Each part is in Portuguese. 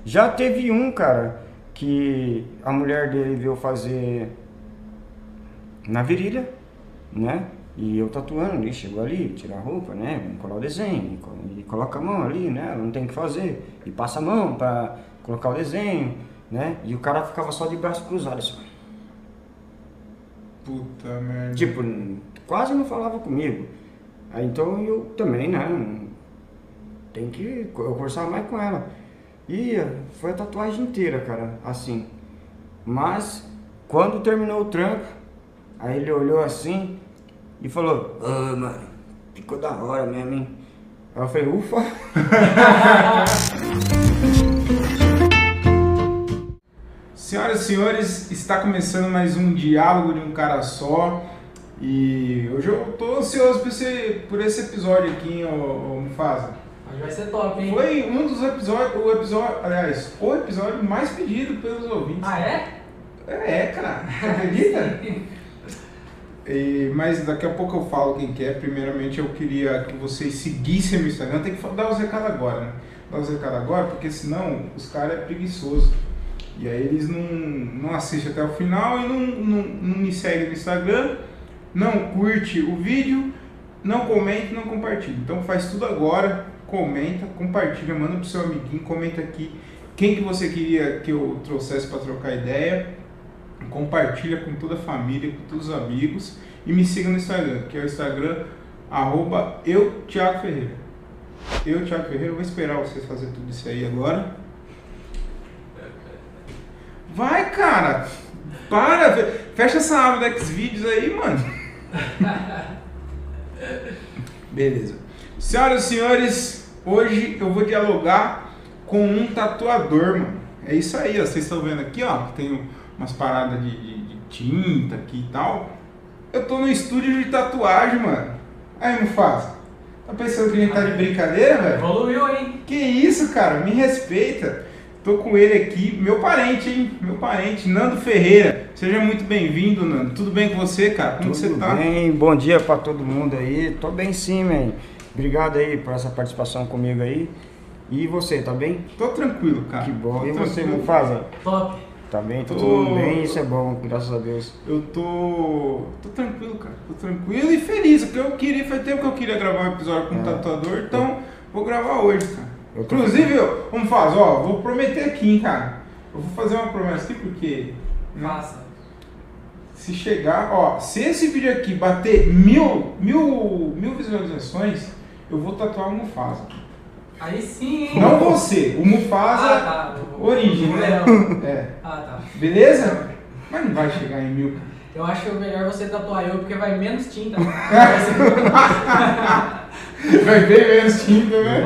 Já teve um, cara, que a mulher dele veio fazer na virilha, né? E eu tatuando, ele chegou ali, tira a roupa, né? Vamos colar o desenho, e coloca a mão ali, né? Não tem o que fazer. E passa a mão pra colocar o desenho, né? E o cara ficava só de braço cruzado, assim. Puta merda. Tipo, quase não falava comigo. Aí então eu também, né? Tem que eu conversar mais com ela. E foi a tatuagem inteira, cara, assim. Mas, quando terminou o trampo, aí ele olhou assim e falou: "Ah, mano, ficou da hora mesmo, hein?" Aí eu falei: "Ufa." Senhoras e senhores, está começando mais um Diálogo de um Cara Só. E hoje eu tô ansioso por esse episódio aqui, hein, ô Mufasa. Hoje vai ser top, hein? Foi um dos episódios, o episódio mais pedido pelos ouvintes. Ah, é? É, cara, você acredita? Mas daqui a pouco eu falo quem que é. Primeiramente eu queria que vocês seguissem meu Instagram. Tem que dar os recados agora, né? Dar os recados agora, porque senão os caras é preguiçoso. E aí eles não assistem até o final e não me seguem no Instagram, não curte o vídeo, não comenta, não compartilha. Então faz tudo agora, comenta, compartilha, manda pro seu amiguinho, comenta aqui quem que você queria que eu trouxesse para trocar ideia, compartilha com toda a família, com todos os amigos e me siga no Instagram, que é o Instagram @Thiago Ferreira. Thiago Ferreira, eu vou esperar vocês fazer tudo isso aí agora. Vai, cara! Para! Fecha essa aba do Xvideos aí, mano. Beleza. Senhoras e senhores, hoje eu vou dialogar com um tatuador, mano. É isso aí, ó. Vocês estão vendo aqui, ó. Tem umas paradas de tinta aqui e tal. Eu tô no estúdio de tatuagem, mano. Aí, Mufasa. Tá pensando que a gente tá de brincadeira, velho? Evoluiu, hein? Que isso, cara? Me respeita. Tô com ele aqui, meu parente, hein? Meu parente, Nando Ferreira. Seja muito bem-vindo, Nando. Tudo bem com você, cara? Como você tá? Tudo bem, bom dia pra todo mundo aí. Tô bem sim, man. Obrigado aí por essa participação comigo aí. E você, tá bem? Tô tranquilo, cara. Que bom. Tô E você, tranquilo. Mufasa? Top. Tá bem? Tá todo mundo bem? Isso é bom, graças a Deus. Eu tô tranquilo, cara. Tô tranquilo e feliz. Faz tempo que eu queria gravar um episódio com um tatuador, então vou gravar hoje, cara. Inclusive, vamos fazer, ó, vou prometer aqui, hein, cara. Eu vou fazer uma promessa aqui porque... né, Faça. se chegar, ó, se esse vídeo aqui bater mil visualizações, eu vou tatuar o Mufasa. Aí sim, hein? Não você, o Mufasa tá. origem, né? Legal. É. Ah, tá. Beleza? Mas não vai chegar em 1000. Eu acho que é melhor você tatuar eu, porque vai menos tinta. Vai bem menos tinta, né?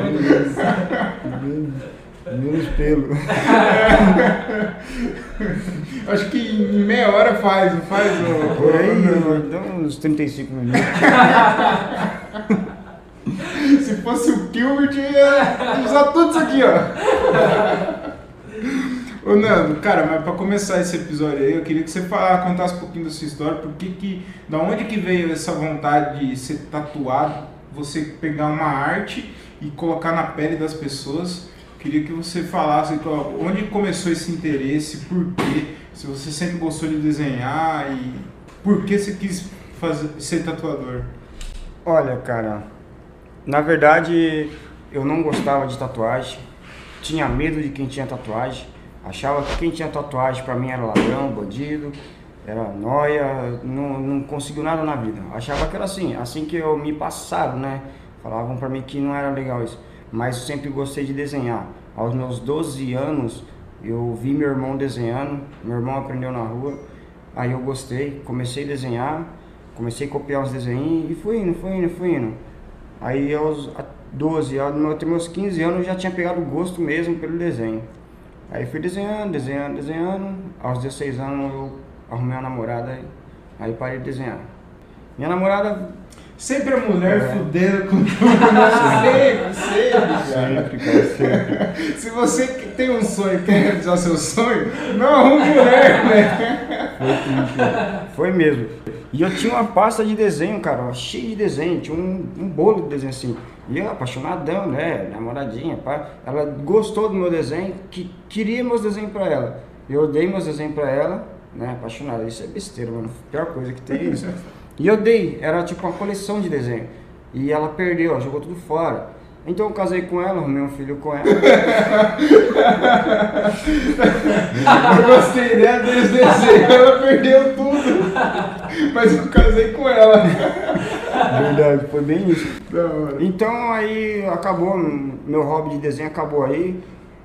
Menos pelo. Acho que em meia hora faz, não faz? Por aí, dá uns 35 minutos. Se fosse o Gilbert, eu ia usar tudo isso aqui, ó. Ô Nando, cara, mas pra começar esse episódio aí, eu queria que você contasse um pouquinho da sua história, da onde que veio essa vontade de ser tatuado, você pegar uma arte e colocar na pele das pessoas. Queria que você falasse onde começou esse interesse, por quê, se você sempre gostou de desenhar e por que você quis ser tatuador. Olha, cara, na verdade eu não gostava de tatuagem, tinha medo de quem tinha tatuagem, achava que quem tinha tatuagem pra mim era ladrão, bandido, era nóia, não conseguiu nada na vida. Achava que era assim que eu me passaram, né? Falavam pra mim que não era legal isso. Mas eu sempre gostei de desenhar. Aos meus 12 anos, eu vi meu irmão desenhando, meu irmão aprendeu na rua, aí eu gostei, comecei a desenhar, comecei a copiar uns desenhos e fui indo. Aí aos 12 anos, até meus 15 anos, eu já tinha pegado gosto mesmo pelo desenho. Aí fui desenhando, aos 16 anos eu arrumei uma namorada, aí parei de desenhar. Minha namorada... Sempre a mulher fudendo com tudo, né? Sempre, cara. Se você tem um sonho e quer realizar seu sonho, não arrume mulher, né? Foi mesmo. E eu tinha uma pasta de desenho, cara, cheia de desenho, tinha um bolo de desenho assim. E eu apaixonadão, né, namoradinha, pá. Ela gostou do meu desenho, queria meus desenhos pra ela. Eu dei meus desenhos pra ela, né, apaixonada. Isso é besteira, mano, a pior coisa que tem é isso. E eu dei, era tipo uma coleção de desenho. E ela perdeu, ela jogou tudo fora. Então eu casei com ela, arrumei um filho com ela. Eu gostei dela desde o desenho, ela perdeu tudo. Mas eu casei com ela. Verdade, foi bem isso. Da hora. Então aí acabou, meu hobby de desenho acabou aí.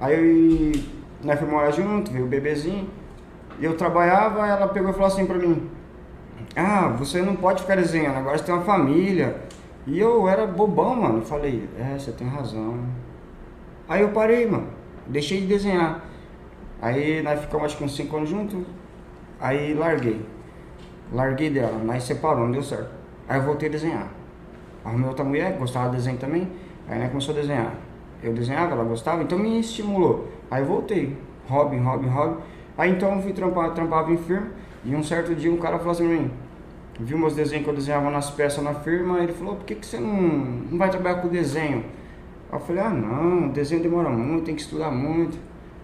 Aí nós fomos morar junto, veio o bebezinho. E eu trabalhava, ela pegou e falou assim pra mim: ah, você não pode ficar desenhando, agora você tem uma família. E eu era bobão, mano. Falei, você tem razão. Aí eu parei, mano. Deixei de desenhar. Aí nós ficamos acho que uns 5 anos juntos. Aí larguei. Larguei dela, nós separamos, não deu certo. Aí eu voltei a desenhar. Arrumei outra mulher, gostava de desenho também. Aí nós começou a desenhar. Eu desenhava, ela gostava, então me estimulou. Aí eu voltei. Hobby. Aí então eu fui trampava em firma. E um certo dia um cara falou assim pra mim: viu meus desenhos que eu desenhava nas peças na firma, ele falou: por que você não vai trabalhar com desenho? Aí eu falei: ah não, desenho demora muito, tem que estudar muito.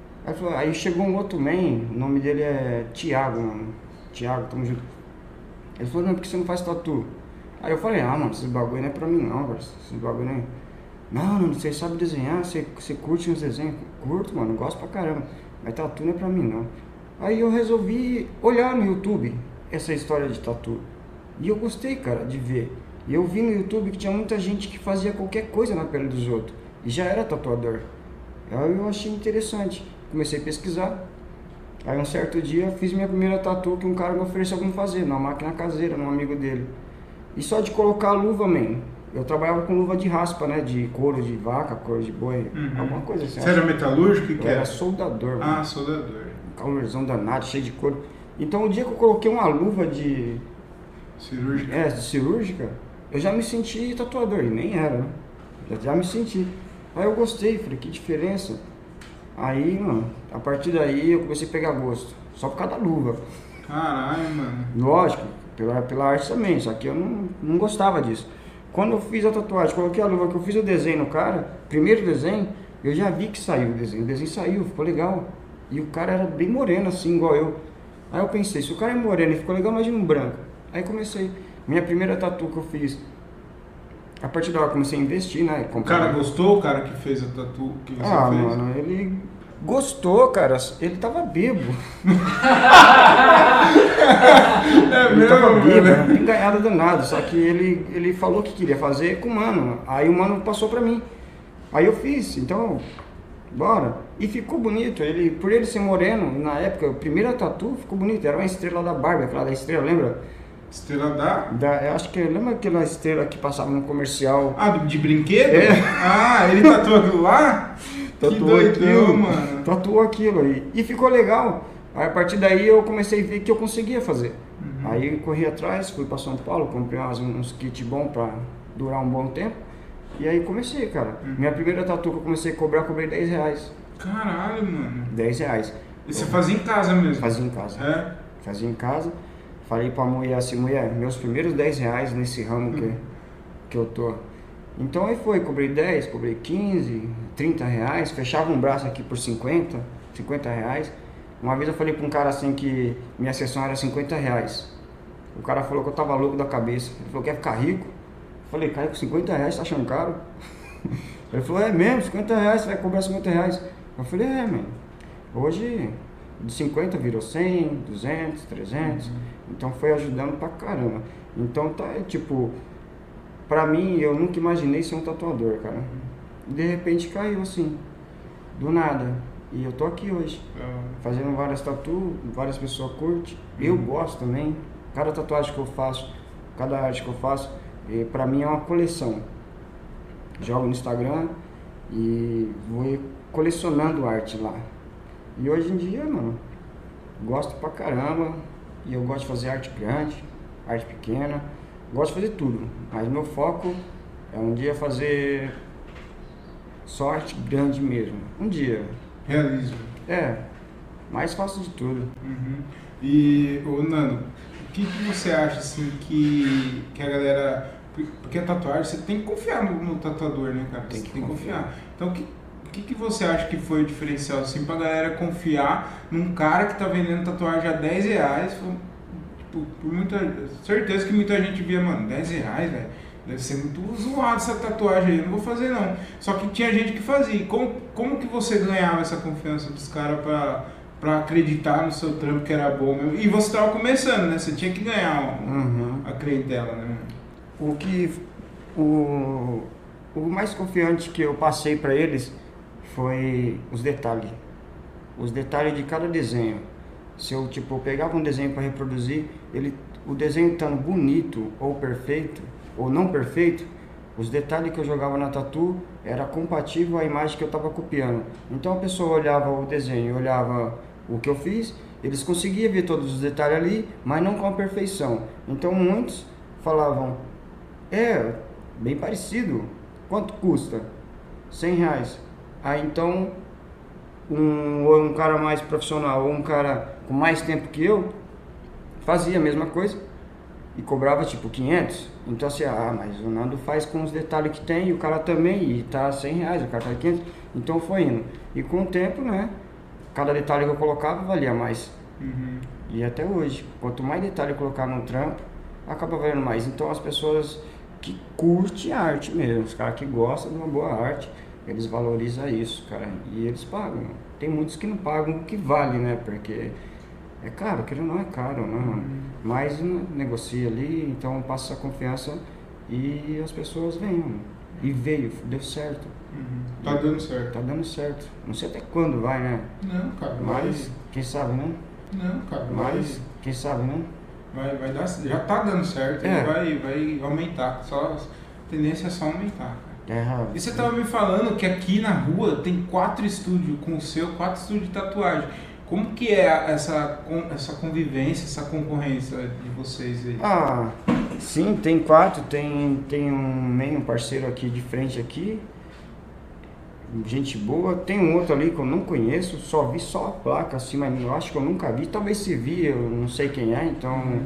Aí chegou um outro man, o nome dele é Thiago, mano. Thiago, tamo junto. Ele falou: não, por que você não faz tatu? Aí eu falei: ah mano, esses bagulho não é pra mim não, velho. Esses bagulho não é... Não, você sabe desenhar, você curte uns desenhos? Curto, mano, gosto pra caramba. Mas tatu não é pra mim não. Aí eu resolvi olhar no YouTube essa história de tatu. E eu gostei, cara, de ver. E eu vi no YouTube que tinha muita gente que fazia qualquer coisa na pele dos outros. E já era tatuador. Aí eu achei interessante. Comecei a pesquisar. Aí um certo dia eu fiz minha primeira tatu que um cara me ofereceu pra me fazer, numa máquina caseira, num amigo dele. E só de colocar a luva, man. Eu trabalhava com luva de raspa, né? De couro de vaca, couro de boi, alguma coisa assim. Você era metalúrgico? Eu era soldador, mano. Ah, soldador. Um calorzão danado, cheio de couro. Então o dia que eu coloquei uma luva de... cirúrgica? Cirúrgica, eu já me senti tatuador, e nem era, né? Já me senti. Aí eu gostei, falei, que diferença. Aí, mano, a partir daí eu comecei a pegar gosto, só por causa da luva. Caralho, mano. Lógico, pela arte também, só que eu não gostava disso. Quando eu fiz a tatuagem, coloquei a luva, que eu fiz o desenho no cara, primeiro desenho, eu já vi que saiu o desenho saiu, ficou legal. E o cara era bem moreno, assim, igual eu. Aí eu pensei, se o cara é moreno e ficou legal, imagina um branco. Aí comecei, minha primeira tatu que eu fiz, a partir da hora comecei a investir, né? O cara gostou, o cara que fez a tatu que você fez? Mano, ele gostou, cara, ele tava bêbado. Ele tava bêbado, não tem ganhado danado, só que ele falou que queria fazer com o mano, aí o mano passou pra mim. Aí eu fiz, então, bora. E ficou bonito, por ele ser moreno, na época, a primeira tatu ficou bonita, era uma estrela da Barbie, aquela da estrela, lembra? Estrela eu acho que, lembra aquela estrela que passava no comercial? Ah, de brinquedo? É. Ah, ele tatuou aquilo lá? Que doidão, mano. Tatuou aquilo aí. E ficou legal. Aí a partir daí eu comecei a ver que eu conseguia fazer. Aí eu corri atrás, fui pra São Paulo, comprei uns kits bons pra durar um bom tempo. E aí comecei, cara. Minha primeira tatu que eu comecei a cobrar, cobrei R$10. Caralho, mano. R$10. E você fazia em casa mesmo? Fazia em casa. É? Fazia em casa. Falei pra mulher assim, mulher, meus primeiros R$10 nesse ramo que eu tô. Então aí foi, cobrei 10, cobrei 15, R$30, fechava um braço aqui por 50 reais. Uma vez eu falei pra um cara assim que minha sessão era R$50. O cara falou que eu tava louco da cabeça. Ele falou, quer ficar rico? Eu falei, cara, com R$50 tá achando caro? Ele falou, é mesmo, R$50, você vai cobrar R$50. Eu falei, mano, hoje de 50 virou 100, 200, 300. Então foi ajudando pra caramba. Então tá, tipo, pra mim, eu nunca imaginei ser um tatuador, cara. De repente caiu assim, do nada. E eu tô aqui hoje, fazendo várias tatu, várias pessoas curtem. Eu gosto também. Cada tatuagem que eu faço, cada arte que eu faço, pra mim é uma coleção. Jogo no Instagram e vou colecionando arte lá. E hoje em dia, mano, gosto pra caramba. E eu gosto de fazer arte grande, arte pequena. Gosto de fazer tudo. Mas meu foco é um dia fazer só arte grande mesmo. Um dia. Realismo. Mais faço de tudo. E, ô Nando, que você acha assim que a galera... Porque a tatuagem, você tem que confiar no tatuador, né, cara? Você tem que confiar. Então, o que você acha que foi o diferencial, assim, pra galera confiar num cara que tá vendendo tatuagem a R$10? Tipo, por muita certeza que muita gente via, mano, R$10, velho. Deve ser muito zoado essa tatuagem aí, eu não vou fazer não. Só que tinha gente que fazia. Como que você ganhava essa confiança dos caras pra acreditar no seu trampo que era bom mesmo? E você tava começando, né? Você tinha que ganhar a clientela, né? O mais confiante que eu passei para eles foi os detalhes. Os detalhes de cada desenho. Se eu pegava um desenho para reproduzir, o desenho estando bonito ou perfeito ou não perfeito, os detalhes que eu jogava na tatu era compatível à imagem que eu estava copiando. Então a pessoa olhava o desenho, olhava o que eu fiz, eles conseguiam ver todos os detalhes ali, mas não com a perfeição. Então muitos falavam: bem parecido, quanto custa? R$100. Aí então um cara mais profissional ou um cara com mais tempo que eu fazia a mesma coisa e cobrava tipo 500. Então assim, mas o Nando faz com os detalhes que tem e o cara também, e tá R$100, o cara tá 500. Então foi indo. E com o tempo, né, cada detalhe que eu colocava valia mais. E até hoje, quanto mais detalhe eu colocar no trampo, acaba valendo mais. Então as pessoas que curtem a arte mesmo, os caras que gostam de uma boa arte, eles valorizam isso, cara, e eles pagam. Tem muitos que não pagam o que vale, né, porque é caro, aquilo não é caro, né, mano? Mas negocia ali, então passa essa confiança e as pessoas vêm, mano. E deu certo. Tá dando certo. Tá dando certo. Não sei até quando vai, né? Não, cara. Mas, quem sabe, né? Não, cara. Mas, quem sabe, né? Vai dar, já tá dando certo, vai aumentar. A tendência é só aumentar, cara. E você tava me falando que aqui na rua tem 4 estúdios com o seu, 4 estúdios de tatuagem. Como que é essa convivência, essa concorrência de vocês aí? Sim, tem 4, tem um parceiro aqui de frente aqui, gente boa, tem um outro ali que eu não conheço, só vi só a placa assim, mas eu acho que eu nunca vi, talvez se vi, eu não sei quem é, então...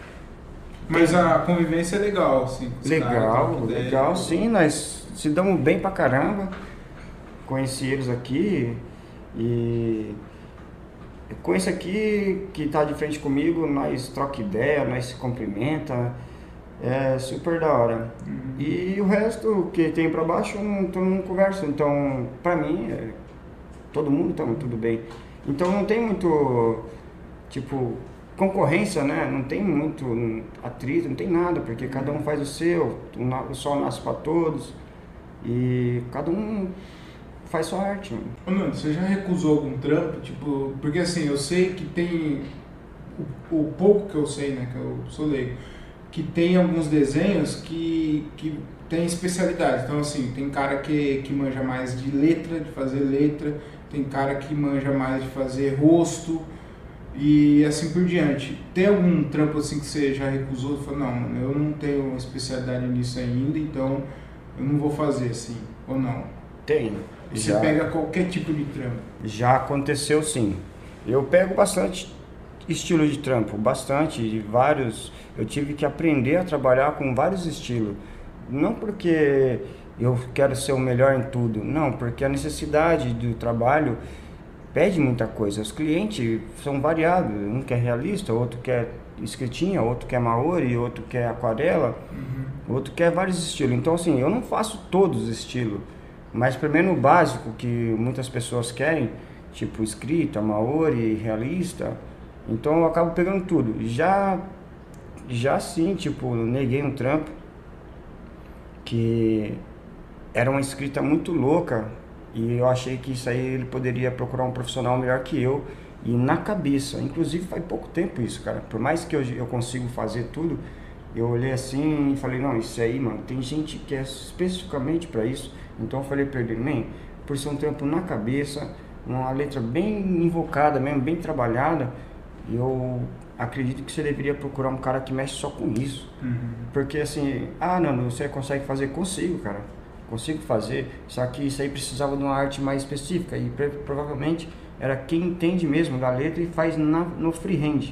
Mas a convivência é legal, assim? Legal, sim, nós se damos bem pra caramba, conheci eles aqui e... Com esse aqui que tá de frente comigo, nós troca ideia, nós se cumprimenta, é super da hora. E o resto que tem pra baixo, todo mundo conversa, então pra mim, todo mundo tá tudo bem. Então não tem muito, concorrência, né? Não tem muito atrito, não tem nada, porque cada um faz o seu, o sol nasce pra todos e cada um faz sua arte, mano. Ô, Nando, você já recusou algum trampo? Porque assim, eu sei que tem, o pouco que eu sei, né, que eu sou leigo, que tem alguns desenhos que tem especialidade. Então assim, tem cara que manja mais de letra, de fazer letra, tem cara que manja mais de fazer rosto e assim por diante. Tem algum trampo assim que você já recusou? Falou, não, mano, eu não tenho especialidade nisso ainda, então eu não vou fazer assim, ou não? Tem. Você pega qualquer tipo de trampo? Já aconteceu, sim. Eu pego bastante estilo de trampo, bastante, vários. Eu tive que aprender a trabalhar com vários estilos. Não porque eu quero ser o melhor em tudo, não, porque a necessidade do trabalho pede muita coisa. Os clientes são variados, um quer realista, outro quer escritinha, outro quer maori, outro quer aquarela, outro quer vários estilos. Então assim, eu não faço todos os estilos. Mas primeiro o básico que muitas pessoas querem, tipo escrita, maori, realista, então eu acabo pegando tudo. Já sim, neguei um trampo que era uma escrita muito louca e eu achei que isso aí ele poderia procurar um profissional melhor que eu e na cabeça. Inclusive faz pouco tempo isso, cara. Por mais que eu consigo fazer tudo, eu olhei assim e falei, não, isso aí, mano, tem gente que é especificamente para isso. Então eu falei pra ele, por ser um trampo na cabeça, uma letra bem invocada mesmo, bem trabalhada, eu acredito que você deveria procurar um cara que mexe só com isso. Porque assim, não, você consegue fazer? Consigo, cara. Consigo fazer, só que isso aí precisava de uma arte mais específica e provavelmente era quem entende mesmo da letra e faz no freehand.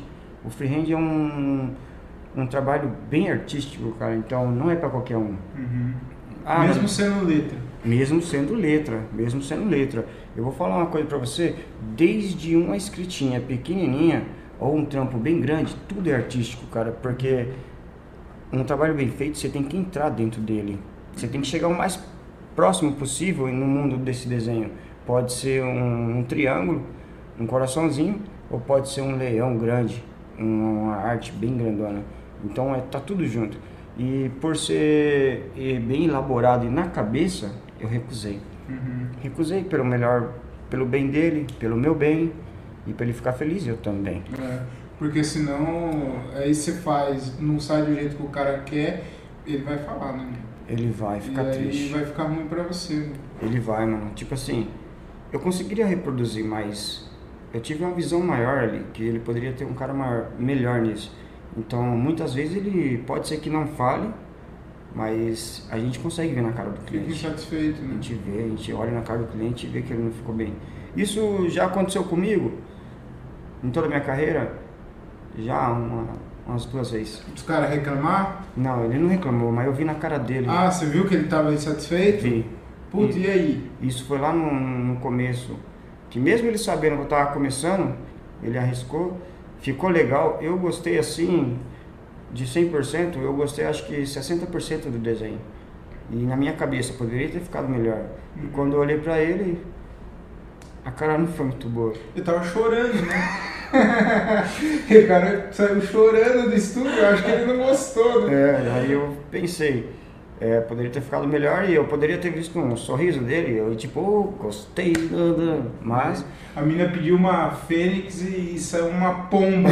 O freehand é um trabalho bem artístico, cara, então não é para qualquer um. Mesmo sendo letra. Mesmo sendo letra. Eu vou falar uma coisa para você, desde uma escritinha pequenininha ou um trampo bem grande, tudo é artístico, cara, porque um trabalho bem feito, você tem que entrar dentro dele. Você tem que chegar o mais próximo possível no mundo desse desenho. Pode ser um triângulo, um coraçãozinho, ou pode ser um leão grande, uma arte bem grandona. Então tá tudo junto. E por ser bem elaborado e na cabeça, eu recusei. Recusei pelo bem dele, pelo meu bem, e para ele ficar feliz, eu também. Porque senão, aí você faz, não sai do jeito que o cara quer, ele vai falar, né? Ele vai ficar triste. E vai ficar ruim pra você, né? Ele vai, mano. Tipo assim, eu conseguiria reproduzir, mas eu tive uma visão maior ali, que ele poderia ter um cara melhor nisso. Então, muitas vezes ele pode ser que não fale, mas a gente consegue ver na cara do cliente. Fica insatisfeito, né? A gente olha na cara do cliente e vê que ele não ficou bem. Isso já aconteceu comigo, em toda a minha carreira, já umas 2 vezes. Os caras reclamar? Não, ele não reclamou, mas eu vi na cara dele. Ah, você viu que ele estava insatisfeito? Vi. Putz, e aí? Isso foi lá no começo, que mesmo ele sabendo que eu estava começando, ele arriscou, ficou legal. Eu gostei assim, de 100%, eu gostei acho que 60% do desenho. E na minha cabeça, poderia ter ficado melhor. E quando eu olhei pra ele, a cara não foi muito boa. Ele tava chorando, né? O cara saiu chorando do estúdio, eu acho que ele não gostou, né? Aí eu pensei, poderia ter ficado melhor e eu poderia ter visto um sorriso dele, eu tipo, gostei, mas... A menina pediu uma fênix e saiu uma pomba.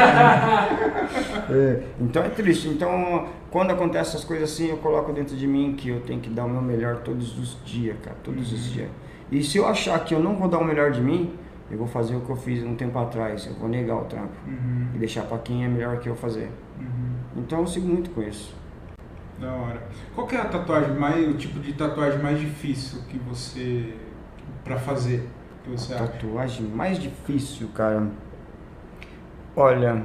Então é triste. Então, quando acontece essas coisas assim, eu coloco dentro de mim que eu tenho que dar o meu melhor todos os dias, cara, todos os dias. E se eu achar que eu não vou dar o melhor de mim, eu vou fazer o que eu fiz um tempo atrás, eu vou negar o trampo e deixar pra quem é melhor que eu fazer. Então eu sigo muito com isso. Da hora. Qual que é a tatuagem o tipo de tatuagem mais difícil que você pra fazer? Que você acha? Tatuagem mais difícil, cara. Olha,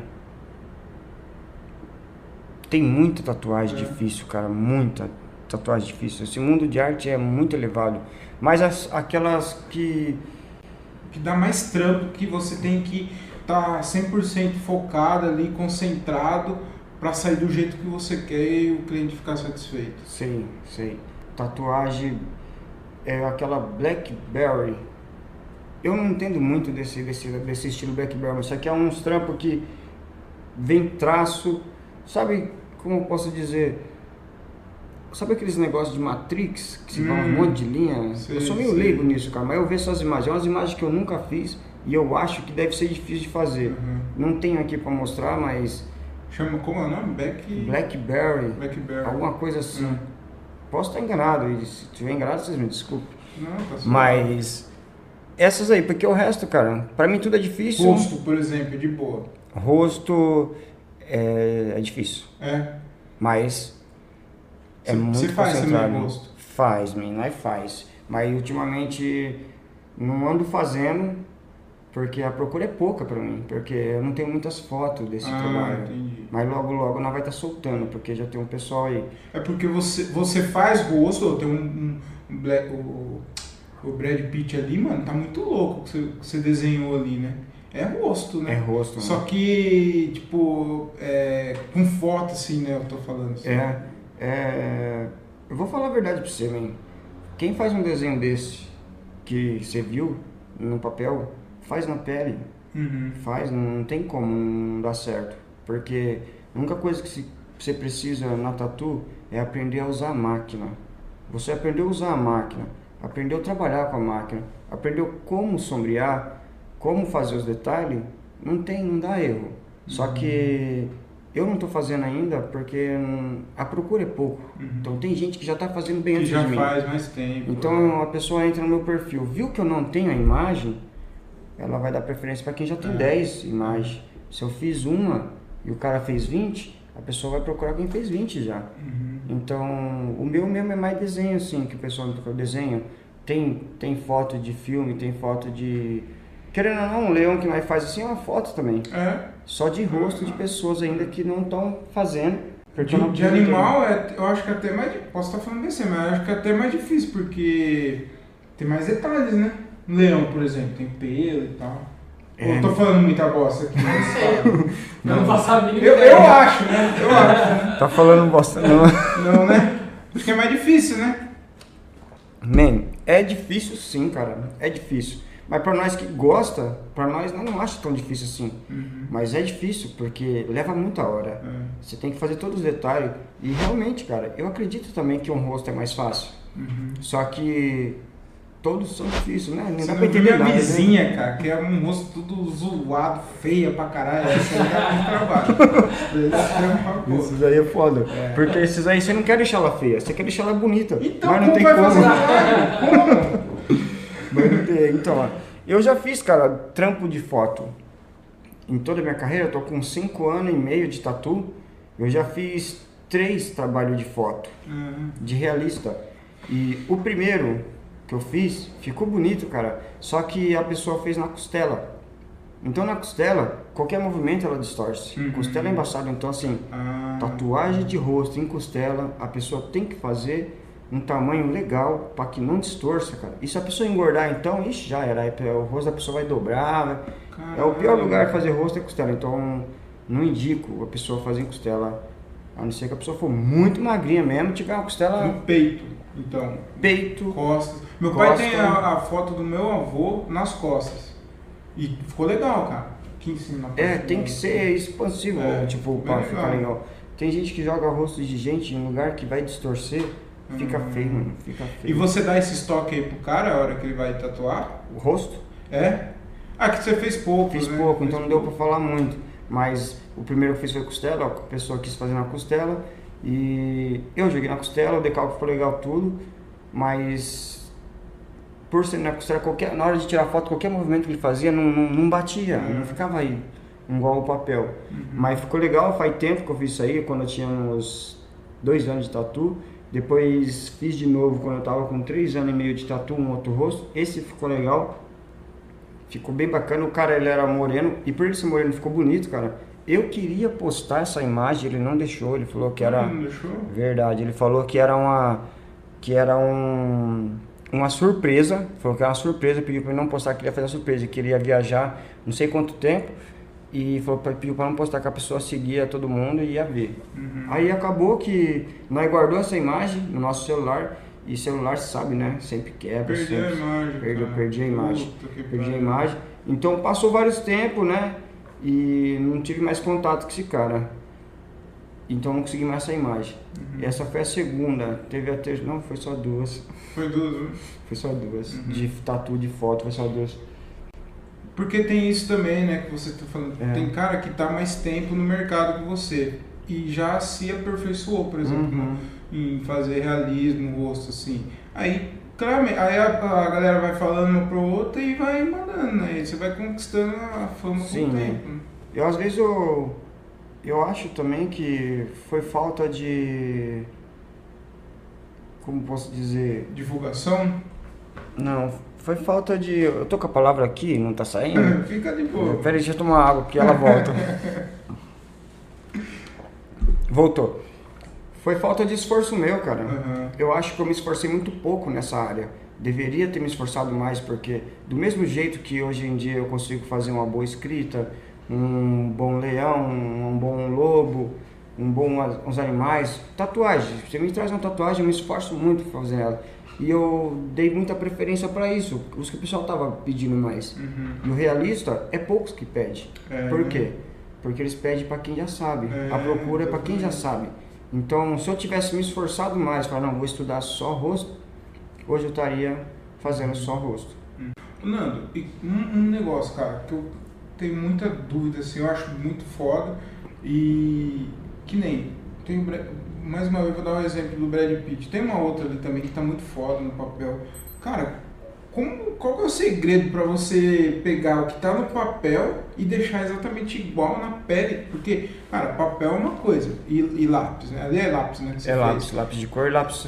tem muita tatuagem difícil, cara, muita tatuagem difícil. Esse mundo de arte é muito elevado, mas aquelas que dá mais trampo, que você tem que estar 100% focado ali, concentrado, para sair do jeito que você quer e o cliente ficar satisfeito. Sei. Tatuagem é aquela Blackberry. Eu não entendo muito desse estilo Blackberry, mas isso aqui é uns trampos que vem traço, sabe como eu posso dizer? Sabe aqueles negócios de Matrix, que se vai um monte de linha? Eu sou meio leigo nisso, cara, mas eu vejo essas imagens. É umas imagens que eu nunca fiz e eu acho que deve ser difícil de fazer. Não tenho aqui pra mostrar, mas... Chama, como é o nome? Blackberry. Alguma coisa assim. Posso estar enganado, e se estiver enganado, vocês me desculpem. Não, tá certo. Mas essas aí, porque o resto, cara, pra mim tudo é difícil. Rosto, por exemplo, é de boa. Rosto é difícil. Mas... muito você faz concentrado. também rosto? Faz, faz. Mas ultimamente não ando fazendo porque a procura é pouca pra mim, porque eu não tenho muitas fotos desse trabalho. Entendi. Mas logo nós vai estar soltando, porque já tem um pessoal aí. É porque você faz rosto, tem o Brad Pitt ali, mano, tá muito louco que você desenhou ali, né? É rosto, né? É rosto, Só que, tipo, com foto assim, né, eu tô falando assim. Eu vou falar a verdade pra você, man. Quem faz um desenho desse, que você viu no papel, faz na pele. Faz, não tem como não dar certo. Porque a única coisa que você precisa na tatu é aprender a usar a máquina. Você aprendeu a usar a máquina, aprendeu a trabalhar com a máquina, aprendeu como sombrear, como fazer os detalhes, não dá erro. Só que eu não estou fazendo ainda porque a procura é pouco. Então tem gente que já está fazendo bem antes de mim. Que já faz mais tempo. Então a pessoa entra no meu perfil, viu que eu não tenho a imagem, ela vai dar preferência para quem já tem 10 imagens. Se eu fiz uma e o cara fez 20, a pessoa vai procurar quem fez 20 já. Então o meu mesmo é mais desenho, assim, que o pessoal desenha. Tem foto de filme, tem foto de querendo ou não, um leão que nós faz assim é uma foto também. Só de rosto de pessoas ainda que não estão fazendo. De animal, eu acho que até mais... Posso estar falando desse, mas eu acho que é até mais difícil, porque tem mais detalhes, né? Um leão, por exemplo, tem pelo e tal. Eu tô falando muita bosta aqui. Não sei. Eu não faço a mínima Eu ideia. acho, né? Tá falando bosta não. Não, né? Acho que é mais difícil, né? Man, é difícil sim, cara. É difícil. Mas pra nós que gosta, pra nós não acho tão difícil assim. Mas é difícil, porque leva muita hora. Você tem que fazer todos os detalhes. E realmente, cara, eu acredito também que um rosto é mais fácil. Só que todos são difíceis, né? Não Você dá não pra viu entender minha nada, vizinha, né? cara, que é um rosto tudo zoado, feia pra caralho. Essa aí dá muito trabalho. Isso daí é foda. Porque esses aí você não quer deixar ela feia, você quer deixar ela bonita. Então, mas não como tem vai como. fazer trabalho? Como? Mas não tem. Então, ó, eu já fiz, cara, trampo de foto. Em toda a minha carreira, eu tô com 5 anos e meio de tatu. Eu já fiz 3 trabalhos de foto, de realista. E o primeiro que eu fiz, ficou bonito, cara. Só que a pessoa fez na costela. Então na costela, qualquer movimento ela distorce. Costela é embaçada, então assim, tatuagem de rosto em costela, a pessoa tem que fazer um tamanho legal para que não distorça, cara. E se a pessoa engordar, então, ixi, já era. O rosto da pessoa vai dobrar. É o pior lugar de fazer rosto é costela. Então, não indico a pessoa fazer em costela. A não ser que a pessoa for muito magrinha mesmo, tiver uma costela... No peito, então. Peito. Costas. Meu Costa. pai tem a foto do meu avô nas costas. E ficou legal, cara. Aqui em cima. Tem que ser expansivo, tipo, pra ficar legal. Tem gente que joga rosto de gente em lugar que vai distorcer. Fica feio, mano. Fica feio. E você dá esse estoque aí pro cara a hora que ele vai tatuar? O rosto? Ah, que você fez pouco, Fiz né? pouco, então não deu pra falar muito. Mas o primeiro que eu fiz foi costela, a pessoa quis fazer na costela. E eu joguei na costela, o decalque ficou legal tudo. Mas por ser na costela, na hora de tirar foto, qualquer movimento que ele fazia não batia, não ficava aí, igual o papel. Mas ficou legal, faz tempo que eu fiz isso aí, quando eu tinha uns 2 anos de tatu. Depois fiz de novo quando eu tava com 3 anos e meio de tatu, um outro rosto. Esse ficou legal, ficou bem bacana. O cara, ele era moreno, e por ele ser moreno ficou bonito, cara. Eu queria postar essa imagem, ele não deixou, ele falou que era... Não deixou? Verdade, ele falou que era uma surpresa, falou que era uma surpresa, pediu pra ele não postar, que ele ia fazer a surpresa, que ele ia viajar não sei quanto tempo, e pediu pra não postar, que a pessoa seguia todo mundo e ia ver. Aí acabou que nós guardou essa imagem no nosso celular, e celular, você sabe, né, sempre quebra. Perdi a imagem. Perdi a imagem. Perdi a pariu. imagem. Então passou vários tempos, né, e não tive mais contato com esse cara. Então não consegui mais essa imagem. Essa foi a segunda, teve a terceira, não, foi só 2. Foi 2, né? Foi só 2. De tatu, de foto, foi só 2. Porque tem isso também, né, que você tá falando. Tem cara que tá mais tempo no mercado que você e já se aperfeiçoou, por exemplo, em fazer realismo, rosto, assim. Aí, claramente, aí a galera vai falando uma pro outro e vai mandando, né? E você vai conquistando a fama com o tempo. Né? Às vezes eu acho também que foi falta de... Como posso dizer? Divulgação? Não, foi falta de... Eu tô com a palavra aqui, não tá saindo? Fica de boa. Peraí, deixa eu tomar água, porque ela volta. Voltou. Foi falta de esforço meu, cara. Eu acho que eu me esforcei muito pouco nessa área. Deveria ter me esforçado mais, porque do mesmo jeito que hoje em dia eu consigo fazer uma boa escrita, um bom leão, um bom lobo, uns animais, tatuagem. Você me traz uma tatuagem, eu me esforço muito pra fazer ela. E eu dei muita preferência para isso, os que o pessoal tava pedindo mais. No realista, é poucos que pedem. Por quê? Porque eles pedem para quem já sabe. A procura é para quem já sabe. Então, se eu tivesse me esforçado mais, falar, não, vou estudar só rosto, hoje eu estaria fazendo só rosto. Nando, um negócio, cara, que eu tenho muita dúvida, assim, eu acho muito foda e que nem, mais uma vez vou dar um exemplo do Brad Pitt, tem uma outra ali também que tá muito foda no papel. Cara, qual que é o segredo pra você pegar o que tá no papel e deixar exatamente igual na pele? Porque, cara, papel é uma coisa e lápis, né? Ali é lápis, né? Que você É fez. lápis de cor e lápis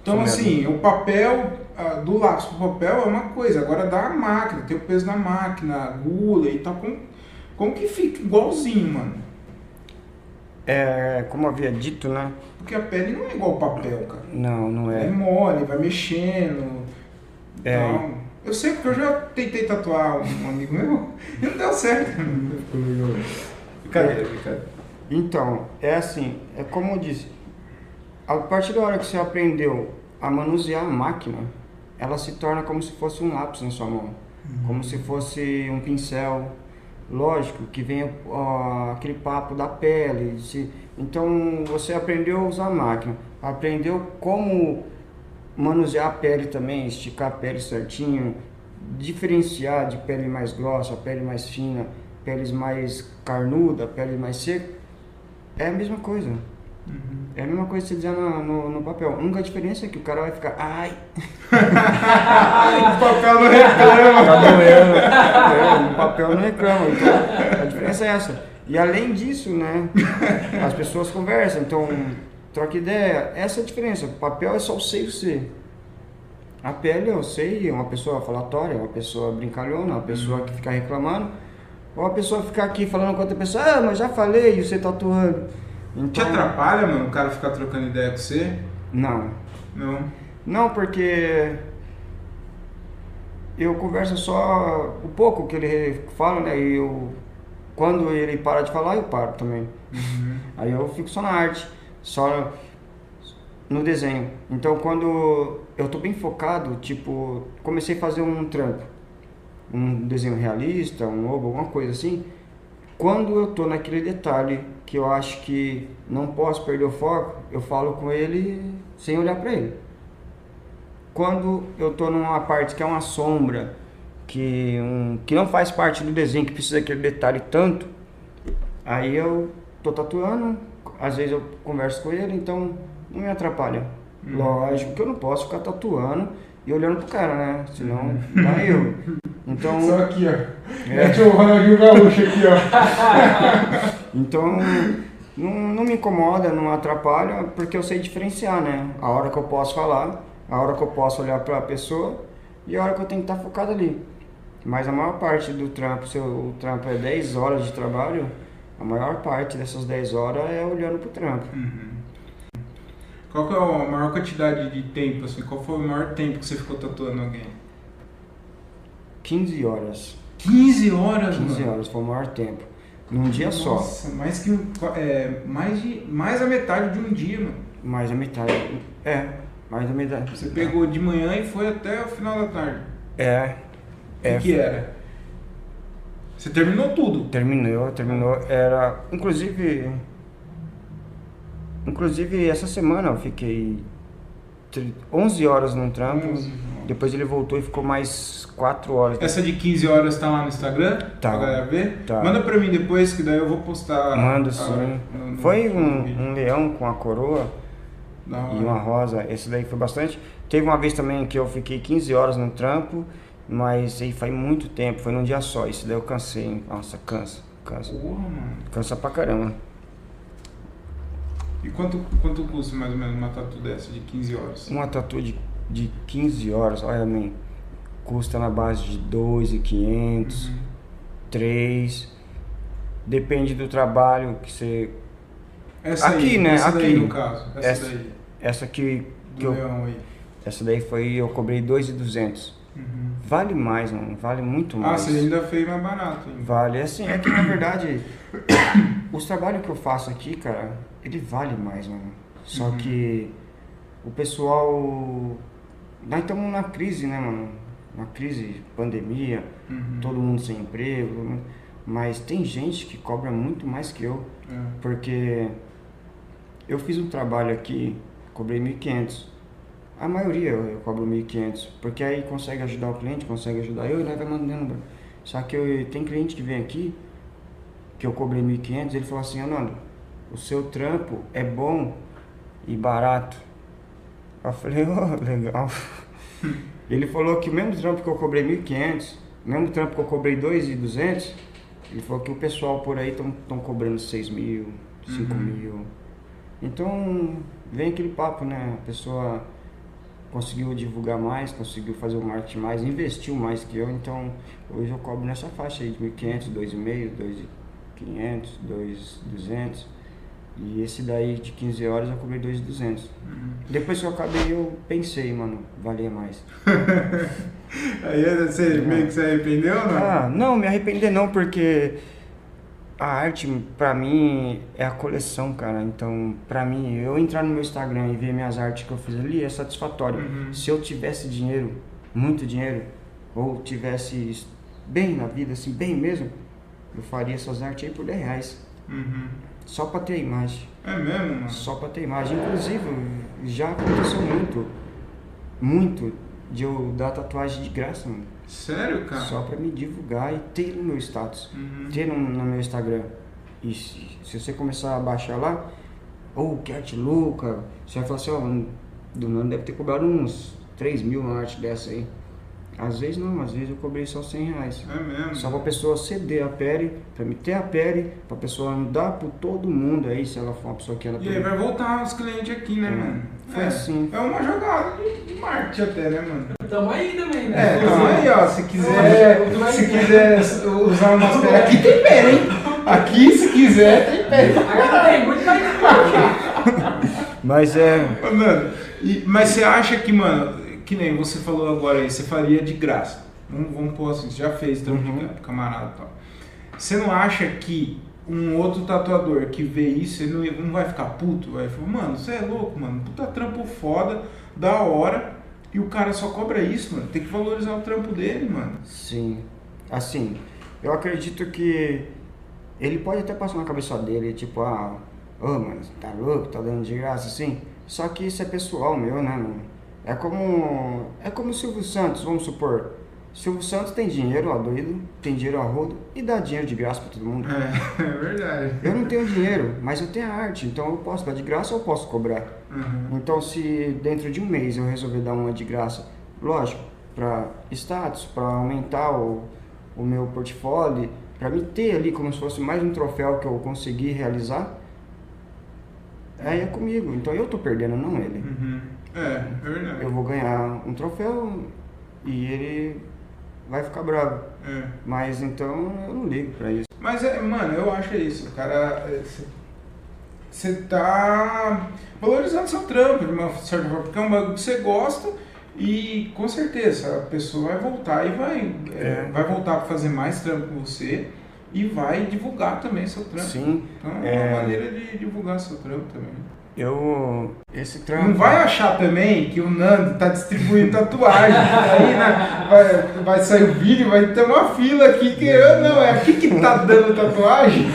Então, assim, o papel, do lápis pro papel é uma coisa, agora da máquina, tem o peso da máquina, agulha e tal, como que fica igualzinho, mano? Como eu havia dito, né? Porque a pele não é igual ao papel, cara. Não É é. mole, vai mexendo. Então, eu sei porque eu já tentei tatuar um amigo meu e não deu certo. Brincadeira. Então, é assim, é como eu disse, a partir da hora que você aprendeu a manusear a máquina, ela se torna como se fosse um lápis na sua mão, como se fosse um pincel. Lógico que vem aquele papo da pele. Então você aprendeu a usar a máquina, aprendeu como manusear a pele também, esticar a pele certinho, diferenciar de pele mais grossa, pele mais fina, peles mais carnuda, pele mais seca. É a mesma coisa. É a mesma coisa que você dizer no papel. A única diferença é que o cara vai ficar, ai, O papel não reclama. tá doendo. O papel não reclama. Então, a diferença é essa. E além disso, né, as pessoas conversam, então troca ideia. Essa é a diferença. O papel é só o sei e o ser. A pele, eu sei, é uma pessoa falatória, uma pessoa brincalhona, uma pessoa que fica reclamando, ou uma pessoa ficar aqui falando com outra pessoa, mas já falei, e você tatuando. Então, Te atrapalha, mano, o cara ficar trocando ideia com você? Não. Não. Não, porque eu converso só o pouco que ele fala, né? E quando ele para de falar, eu paro também. Aí eu fico só na arte, só no desenho. Então quando eu tô bem focado, tipo, comecei a fazer um trampo, um desenho realista, um logo, alguma coisa assim. Quando eu tô naquele detalhe que eu acho que não posso perder o foco, eu falo com ele sem olhar para ele. Quando eu tô numa parte que é uma sombra, que não faz parte do desenho, que precisa daquele detalhe tanto, aí eu tô tatuando, às vezes eu converso com ele, então não me atrapalha. Lógico que eu não posso ficar tatuando e olhando pro cara, né? Senão dá eu. Então, Só aqui, ó. Mete o Ronaldinho Gaúcho aqui, ó. então não me incomoda, não atrapalha, porque eu sei diferenciar, né? A hora que eu posso falar, a hora que eu posso olhar para a pessoa e a hora que eu tenho que estar focado ali. Mas a maior parte do trampo, se o trampo é 10 horas de trabalho, a maior parte dessas 10 horas é olhando pro trampo. Qual que é a maior quantidade de tempo, assim? Qual foi o maior tempo que você ficou tatuando alguém? 15 horas. 15 horas, 15 mano? horas foi o maior tempo. Num dia só. Nossa, mais a metade de um dia, mano. Mais a metade. Mais da metade. Você pegou de manhã e foi até o final da tarde. O que era? Você terminou tudo? Terminou. Era. Inclusive essa semana eu fiquei 11 horas num trampo. 11, depois ele voltou e ficou mais 4 horas. Essa de 15 horas tá lá no Instagram? Tá. Pra galera ver? Tá. Manda pra mim depois, que daí eu vou postar. Mando sim. Foi um leão com a coroa Da hora. e uma rosa. Esse daí foi bastante. Teve uma vez também que eu fiquei 15 horas no trampo, mas aí faz muito tempo, foi num dia só. Esse daí eu cansei, hein? Nossa, cansa. Porra, mano. Cansa pra caramba. E quanto custa mais ou menos uma tatu dessa de 15 horas? Uma tatu de 15 horas, olha, man, custa na base de 2.500, 3. Depende do trabalho que você... Essa aqui, aí, né? essa aqui. daí no caso. Essa daí. Essa aqui Do leão aí. essa daí eu cobrei 2.200. Vale mais, mano, vale muito mais. Ah, você ainda fez mais barato. Hein? Vale, assim, é que na verdade os trabalhos que eu faço aqui, cara, ele vale mais, mano. Só que o pessoal... Nós estamos na crise, né, mano? Na crise, pandemia, todo mundo sem emprego, mas tem gente que cobra muito mais que eu. Porque eu fiz um trabalho aqui, cobrei 1.500. A maioria eu cobro 1.500, porque aí consegue ajudar o cliente, consegue ajudar eu e nós vai mandando. Só que tem cliente que vem aqui, que eu cobrei 1.500, ele falou assim, Nando, o seu trampo é bom e barato. Eu falei, legal. Ele falou que o mesmo trampo que eu cobrei 1.500, o mesmo trampo que eu cobrei 2.200, ele falou que o pessoal por aí estão cobrando 6.000, 5.000. Então, vem aquele papo, né? A pessoa conseguiu divulgar mais, conseguiu fazer o marketing mais, investiu mais que eu, então hoje eu cobro nessa faixa aí de 1.500, 2.500, 2.500, 2.200 e esse daí de 15 horas eu cobrei 2.200. Depois que eu acabei eu pensei, mano, valia mais. Aí você meio que se arrependeu ou não? Ah, não, me arrepender não, porque a arte pra mim é a coleção, cara. Então, pra mim, eu entrar no meu Instagram e ver minhas artes que eu fiz ali é satisfatório. Se eu tivesse dinheiro, muito dinheiro, ou tivesse bem na vida, assim, bem mesmo, eu faria essas artes aí por R$10. Só pra ter a imagem. É mesmo, mano? Só pra ter imagem. Inclusive, já aconteceu muito de eu dar tatuagem de graça, mano. Sério, cara? Só pra me divulgar e ter no meu status, ter no meu Instagram. E se você começar a baixar lá, que arte louca, você vai falar assim, do Nando deve ter cobrado uns 3.000 na arte dessa aí. Às vezes não, às vezes eu cobrei só R$100. É mesmo? Só pra pessoa ceder a pele, pra me ter a pele, pra pessoa andar por todo mundo aí, se ela for uma pessoa que ela E aí vai voltar os clientes aqui, né, mano? Foi assim. É uma jogada de marketing até, né, mano? Tamo aí também, né? Tamo aí, ó. Se quiser usar umas peles. Aqui tem pele, hein? Aqui, se quiser, tem pele. Aqui tem muito mais aqui. Mas Mano, mas você acha que, mano, que nem você falou agora aí, você faria de graça. Vamos pôr assim, você já fez trampo de camarada e tal. Você não acha que um outro tatuador que vê isso, ele não vai ficar puto? Vai falar, mano, você é louco, mano, puta trampo foda, da hora, e o cara só cobra isso, mano. Tem que valorizar o trampo dele, mano. sim, assim, eu acredito que ele pode até passar na cabeça dele, tipo, mano, você tá louco, tá dando de graça, assim. Só que isso é pessoal meu, né, mano? É como o Silvio Santos, vamos supor. Silvio Santos tem dinheiro, doido, tem dinheiro a rodo e dá dinheiro de graça pra todo mundo. É verdade. Eu não tenho dinheiro, mas eu tenho a arte, então eu posso dar de graça ou eu posso cobrar. Então se dentro de um mês eu resolver dar uma de graça, lógico, pra status, pra aumentar o meu portfólio, pra me ter ali como se fosse mais um troféu que eu consegui realizar, aí é comigo, então eu tô perdendo, não ele. É verdade. Eu vou ganhar um troféu e ele vai ficar bravo. Mas então eu não ligo pra isso. Mas, mano, eu acho que é isso. O cara, você tá valorizando seu trampo de uma certa forma, porque é um bagulho que você gosta e com certeza a pessoa vai voltar e vai voltar pra fazer mais trampo com você e vai divulgar também seu trampo. Sim. Então é uma maneira de divulgar seu trampo também. Esse trampo... Não vai achar também que o Nando tá distribuindo tatuagem. Aí, né, vai sair o vídeo, vai ter uma fila aqui que é aqui que tá dando tatuagem.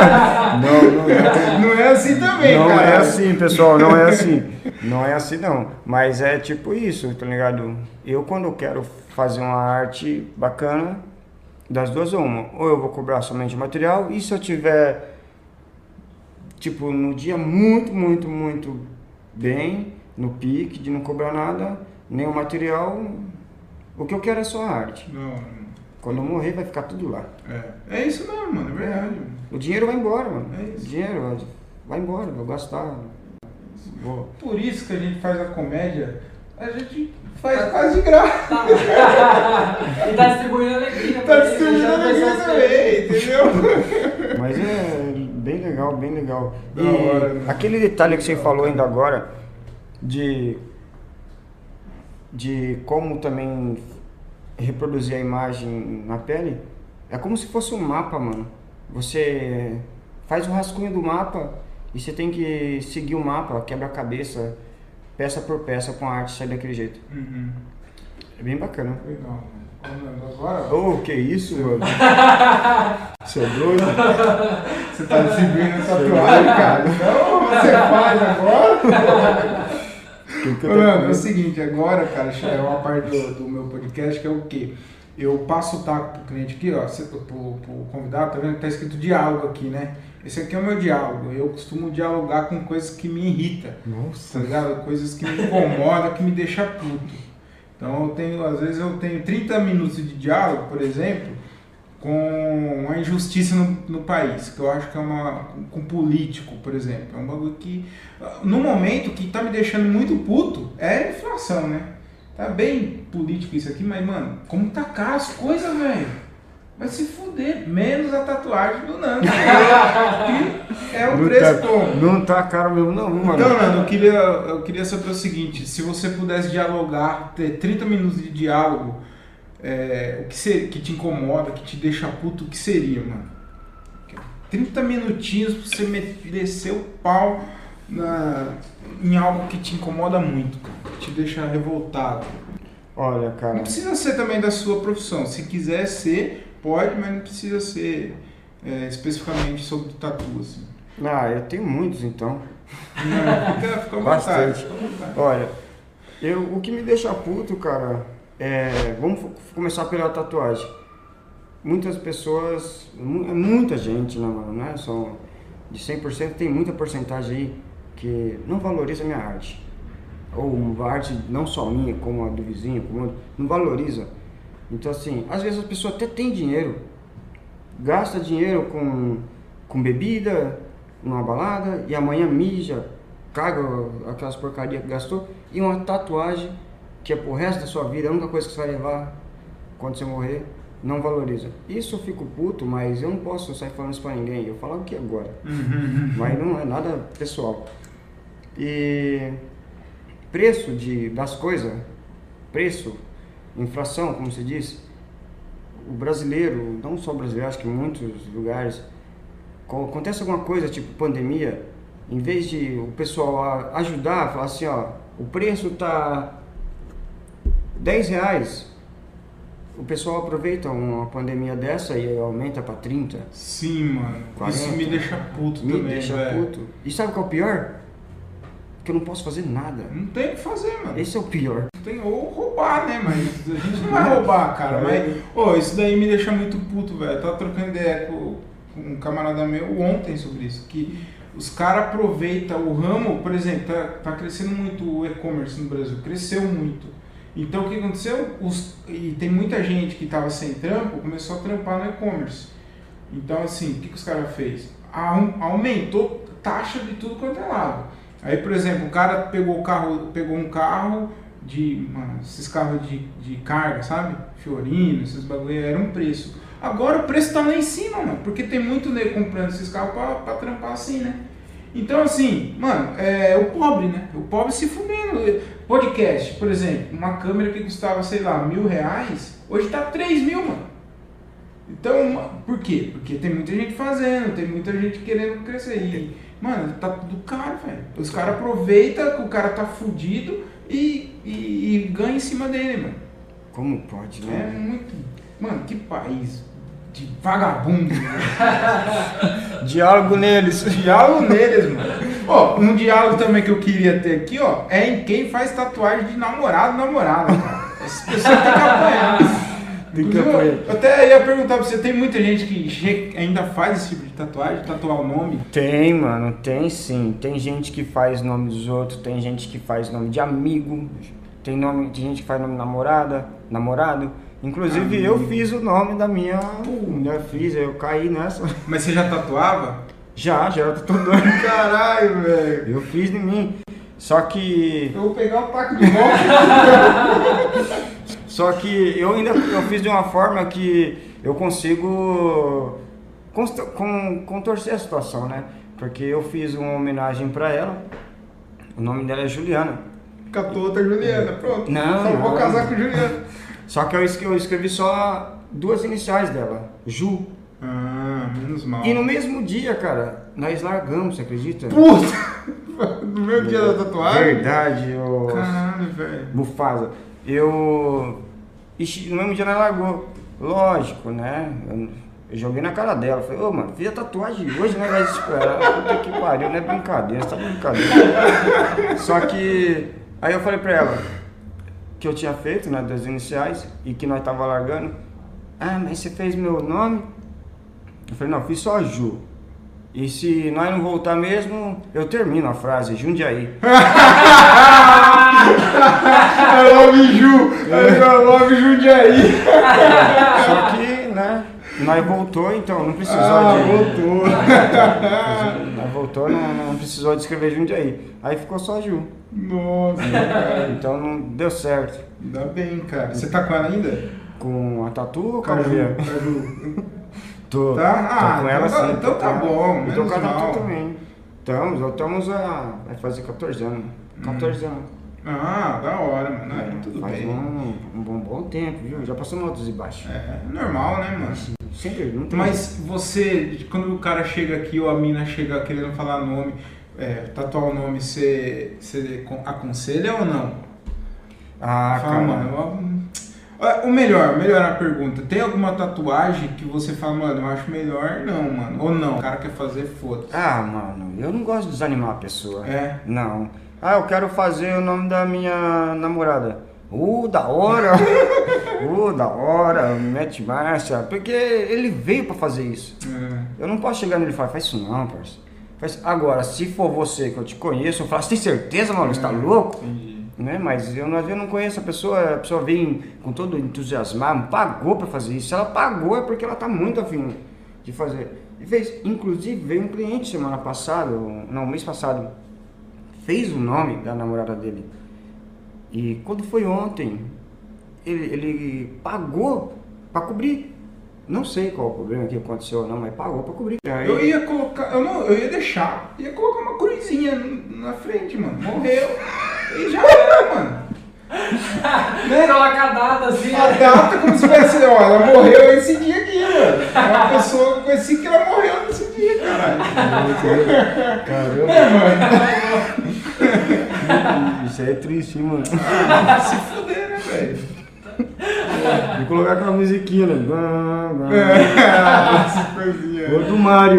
Não é assim também, não, cara. Não é assim, pessoal, não é assim. Não é assim não. Mas é tipo isso, tá ligado? Eu quando eu quero fazer uma arte bacana, das duas uma. Ou eu vou cobrar somente o material, e se eu tiver... Tipo, no dia muito bem, no pique, de não cobrar nada, nem o material, o que eu quero é só a arte. Quando eu morrer vai ficar tudo lá. É isso mesmo, mano, é verdade. O dinheiro vai embora, mano. É isso. O dinheiro vai embora, vou gastar. Por isso que a gente faz a comédia, a gente faz quase de graça. Ele tá distribuindo alegria. Tá distribuindo alegria também, entendeu? Mas é bem legal, bem legal. Da hora, né? Aquele detalhe que você falou ainda agora, de como também reproduzir a imagem na pele, é como se fosse um mapa, mano. Você faz o rascunho do mapa e você tem que seguir o mapa, quebra-cabeça, peça por peça, com a arte sair daquele jeito. É bem bacana. Legal, agora... Que isso, mano? Você é doido? Você tá distribuindo tatuagem, cara. Então você faz agora. Mano, é o seguinte, agora, cara, é uma parte do meu podcast que é o quê? Eu passo o taco pro cliente aqui, ó, pro convidado, tá vendo que tá escrito diálogo aqui, né? Esse aqui é o meu diálogo. Eu costumo dialogar com coisas que me irritam. Nossa. Tá ligado? Coisas que me incomodam, que me deixam puto. Então às vezes eu tenho 30 minutos de diálogo, por exemplo, com a injustiça no país, que eu acho que é com político, por exemplo. É um bagulho que, no momento, que tá me deixando muito puto é a inflação, né? Tá bem político isso aqui, mas, mano, como tá caro as coisas, velho? Vai se fuder. Menos a tatuagem do Nando. Que é o preço como. Não tá caro mesmo, não, mano. Então, Nando, eu queria saber o seguinte, se você pudesse dialogar, ter 30 minutos de diálogo, o que te incomoda, que te deixa puto, o que seria, mano? 30 minutinhos pra você descer o pau em algo que te incomoda muito, cara, que te deixa revoltado. Olha, cara... Não precisa ser também da sua profissão. Se quiser ser, pode, mas não precisa ser especificamente sobre tatu, assim. Ah, eu tenho muitos, então. Não, fica à vontade. Olha, o que me deixa puto, cara... vamos começar pela tatuagem. Muitas pessoas, muita gente, né, mano, né? São de 100%, tem muita porcentagem aí que não valoriza a minha arte. Ou a arte não só minha, como a do vizinho, não valoriza. Então, assim, às vezes a pessoa até tem dinheiro, gasta dinheiro com bebida, numa balada, e amanhã mija, caga aquelas porcarias que gastou, e uma tatuagem que é pro resto da sua vida, a única coisa que você vai levar quando você morrer, não valoriza. Isso eu fico puto, mas eu não posso sair falando isso pra ninguém. Eu falo aqui agora. Mas não é nada pessoal. E preço das coisas, inflação, como se diz, o brasileiro, não só o brasileiro, acho que em muitos lugares, quando acontece alguma coisa, tipo pandemia, em vez de o pessoal ajudar, falar assim, ó, o preço tá R$10, o pessoal aproveita uma pandemia dessa e aumenta pra 30. Sim, mano. 40. Isso me deixa puto também, Me deixa puto. E sabe qual é o pior? Que eu não posso fazer nada. Não tem o que fazer, mano. Esse é o pior. Tem ou roubar, né? Mas a gente não vai roubar, cara. Mas, isso daí me deixa muito puto, velho. Eu tava trocando ideia com um camarada meu ontem sobre isso. Que os caras aproveitam o ramo, por exemplo, tá crescendo muito o e-commerce no Brasil. Cresceu muito. Então o que aconteceu? E tem muita gente que estava sem trampo, começou a trampar no e-commerce. Então assim, o que os caras fez? Aumentou taxa de tudo quanto é lado. Aí, por exemplo, o cara pegou um carro esses carros de carga, sabe? Fiorino, esses bagulho, era um preço. Agora o preço tá lá em cima, mano, porque tem muito nego comprando esses carros pra trampar assim, né? Então, assim, mano, o pobre, né? O pobre se fudendo. Podcast, por exemplo, uma câmera que custava, sei lá, R$1.000, hoje tá 3.000, mano. Então, por quê? Porque tem muita gente fazendo, tem muita gente querendo crescer. E, mano, tá tudo caro, velho. Os caras aproveitam que o cara tá fudido e ganha em cima dele, mano. Como pode, né? É muito... Mano, que país de vagabundo, mano. Diálogo neles, mano. Ó, um diálogo também que eu queria ter aqui, ó, é em quem faz tatuagem de namorada, cara. Essas pessoas têm que apanhar. Eu até ia perguntar pra você, tem muita gente que ainda faz esse tipo de tatuagem, tatuar o nome? Tem, mano, tem sim. Tem gente que faz nome dos outros, tem gente que faz nome de amigo, tem gente que faz nome de namorado. Inclusive eu fiz o nome da minha filha, eu caí nessa. Mas você já tatuava? Já era tatuador. Caralho, velho. Eu fiz em mim. Só que... Eu vou pegar o taco de volta. Só que eu fiz de uma forma que eu consigo contorcer a situação, né? Porque eu fiz uma homenagem pra ela. O nome dela é Juliana. Catou outra Juliana, pronto. Não, vou casar com Juliana. Só que eu escrevi só 2 iniciais dela, Ju. Ah, menos mal. E no mesmo dia, cara, nós largamos, você acredita? Puta! No meu dia da tatuagem? Verdade, Caralho, velho. Mufasa. No mesmo dia nós largou. Lógico, né? Eu joguei na cara dela. Falei, mano, fiz a tatuagem hoje, né? Vai esperar. Puta que pariu, não é brincadeira, você tá brincadeira. Só que... Aí eu falei pra ela que eu tinha feito, né, 2 iniciais e que nós tava largando. Ah, mas você fez meu nome? Eu falei, não, fiz só Ju. E se nós não voltar mesmo, eu termino a frase, Jundiaí. I love Ju, I love Jundiaí. Só que, né, Nós voltou, então, não precisou voltou. Nós voltou, não precisou de escrever Jundiaí. Aí ficou só Ju. Nossa, cara. Então não deu certo. Ainda bem, cara. Você tá com ela ainda? Com a Tatu ou com a Caju. mulher? Caju. Tô. Tá? Tô com ela sim. Então tá bom. E tô com a menos mal. Tatu também. Estamos vai fazer 14 anos. 14 anos. Ah, da hora, mano. Aí, tudo Faz bem. um bom tempo, viu? Já passamos altos e baixos. É normal, né, mano? Sempre, não tem. Mas você, quando o cara chega aqui ou a mina chega querendo falar nome, tatuar o nome, você aconselha ou não? Ah, Fala, cara. mano. O melhor a pergunta. Tem alguma tatuagem que você fala, mano, eu acho melhor não, mano? Ou não? O cara quer fazer, foda-se. Ah, mano, eu não gosto de desanimar a pessoa. É? Não. Ah, eu quero fazer o nome da minha namorada. Da hora! Da hora, mete marcha. Porque ele veio pra fazer isso. Eu não posso chegar nele e falar, faz isso não, parceiro. Agora, se for você que eu te conheço, eu falo, você tem certeza, mano? Você tá louco? Entendi. Né? Mas eu não conheço a pessoa vem com todo entusiasmo, pagou pra fazer isso. Se ela pagou é porque ela tá muito afim de fazer. E fez, inclusive, veio um cliente semana passada, mês passado, fez o nome da namorada dele. E quando foi ontem, ele pagou pra cobrir. Não sei qual o problema que aconteceu não, mas pagou pra cobrir. Aí, Eu ia colocar, eu ia deixar, ia colocar uma cruzinha na frente, mano. Morreu. E já era, mano. Né? Coloca a data assim. A data como se fosse, ó, ela morreu esse dia aqui, mano. Uma pessoa conheci que ela morreu nesse dia, caralho. Caramba, mano. Isso aí é triste, hein, mano. Se fuder, né, velho? Vou colocar aquela musiquinha, né? Essa coisinha. Ou do Mario.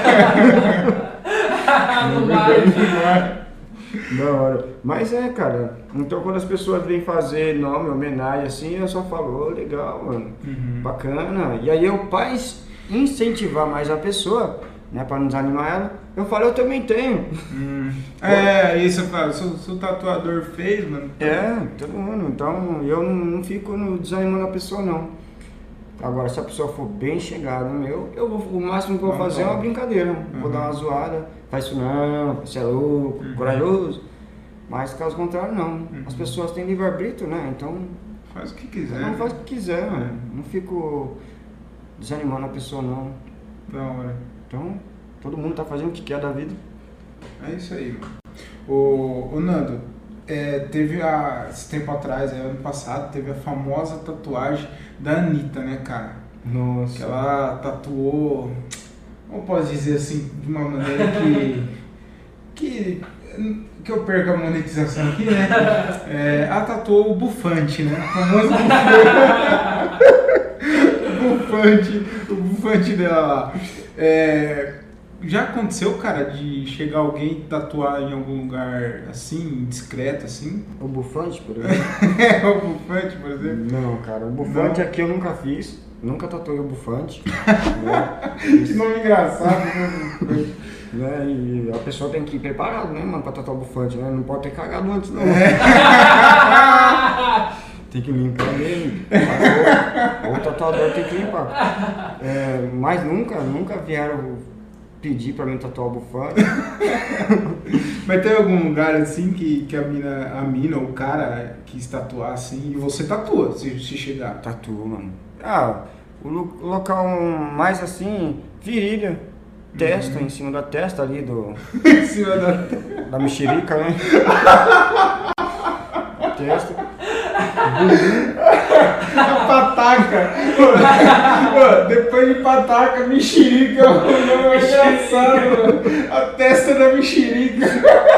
Não vai. Da hora. Mas cara, então quando as pessoas vêm fazer nome, homenagem assim, eu só falo, legal, mano, bacana. E aí eu, pra incentivar mais a pessoa, né, pra não desanimar ela, eu falo, eu também tenho. Aí você fala, se o tatuador fez, mano. Todo mundo. Então eu não fico desanimando a pessoa, não. Agora, se a pessoa for bem chegada no meu, o máximo que eu vou fazer é uma brincadeira. Vou dar uma zoada, faz isso não, você é louco, corajoso. Mas caso contrário, não. As pessoas têm livre-arbítrio, né? Então, Faz o que quiser. não faz o que quiser, mano. Não fico desanimando a pessoa, não. Da hora. Então, todo mundo tá fazendo o que quer da vida. É isso aí, mano. Ô Nando, teve esse tempo atrás, ano passado, teve a famosa tatuagem da Anitta, né, cara? Nossa. Que ela tatuou, como posso dizer assim, de uma maneira que eu perca a monetização aqui, né? Ela tatuou o bufante, né? O famoso bufante. O bufante dela lá. Já aconteceu, cara, de chegar alguém e tatuar em algum lugar assim, discreto, assim? O bufante, por exemplo? O bufante, por exemplo? Não, cara, o bufante aqui eu nunca fiz. Nunca tatuei o bufante. Né? Que nome engraçado, né? Né? E a pessoa tem que ir preparado, né, mano, pra tatuar o bufante, né? Não pode ter cagado antes, não. Tem que limpar mesmo. O tatuador tem que limpar. Mas nunca vieram pedir pra mim tatuar o bufante. Mas tem algum lugar assim que a mina ou o cara quis tatuar assim e você tatua se chegar? Tatuo, mano. O local mais assim, virilha, testa, em cima da testa ali Em cima da mexerica, né? Testa. A pataca. Depois de pataca, mexerica. É engraçado, mano. A testa da mexerica.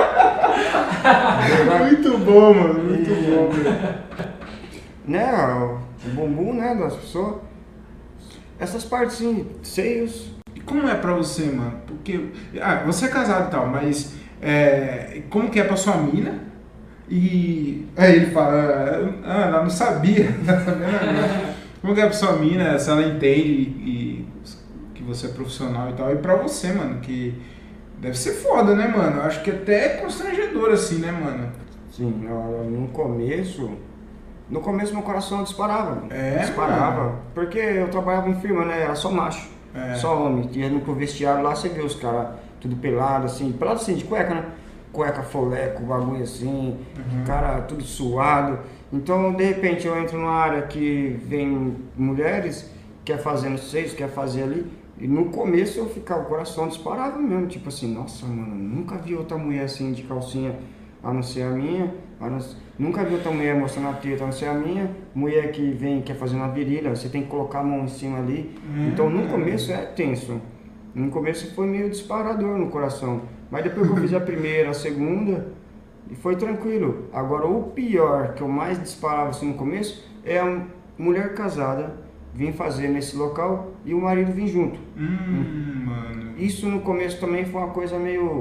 Muito bom, mano. Muito bom, velho. Né, o bumbum, né, das pessoas. Essas partes, assim, seios. E como é pra você, mano? Porque, você é casado e tal, mas como que é pra sua mina? E aí ele fala, ela não sabia, não sabia nada. Como que é pra sua mina, se ela entende que você é profissional e tal. E pra você, mano, que deve ser foda, né, mano? Eu acho que até é constrangedor assim, né, mano? Sim, no começo No começo meu coração disparava, mano. É, Disparava. mano? Porque eu trabalhava em firma, né? Era só macho. É. Só homem. Ia no vestiário lá, você vê os caras tudo pelado assim. Pelado assim, de cueca, né? Cueca, foleco, bagulho assim. Cara, tudo suado. Então, de repente, eu entro numa área que vem mulheres, quer fazer no seis, quer fazer ali. E no começo eu ficava, o coração disparava mesmo. Tipo assim, nossa, mano, nunca vi outra mulher assim de calcinha a não ser a minha. Nunca vi outra mulher mostrando a teta a não ser a minha. Mulher que vem, quer fazer uma virilha, você tem que colocar a mão em cima ali. Então no começo é tenso. No começo foi meio disparador no coração. Mas depois que eu fiz a primeira, a segunda, e foi tranquilo. Agora o pior, que eu mais disparava assim no começo, é a mulher casada vir fazer nesse local e o marido vir junto. Mano. Isso no começo também foi uma coisa meio...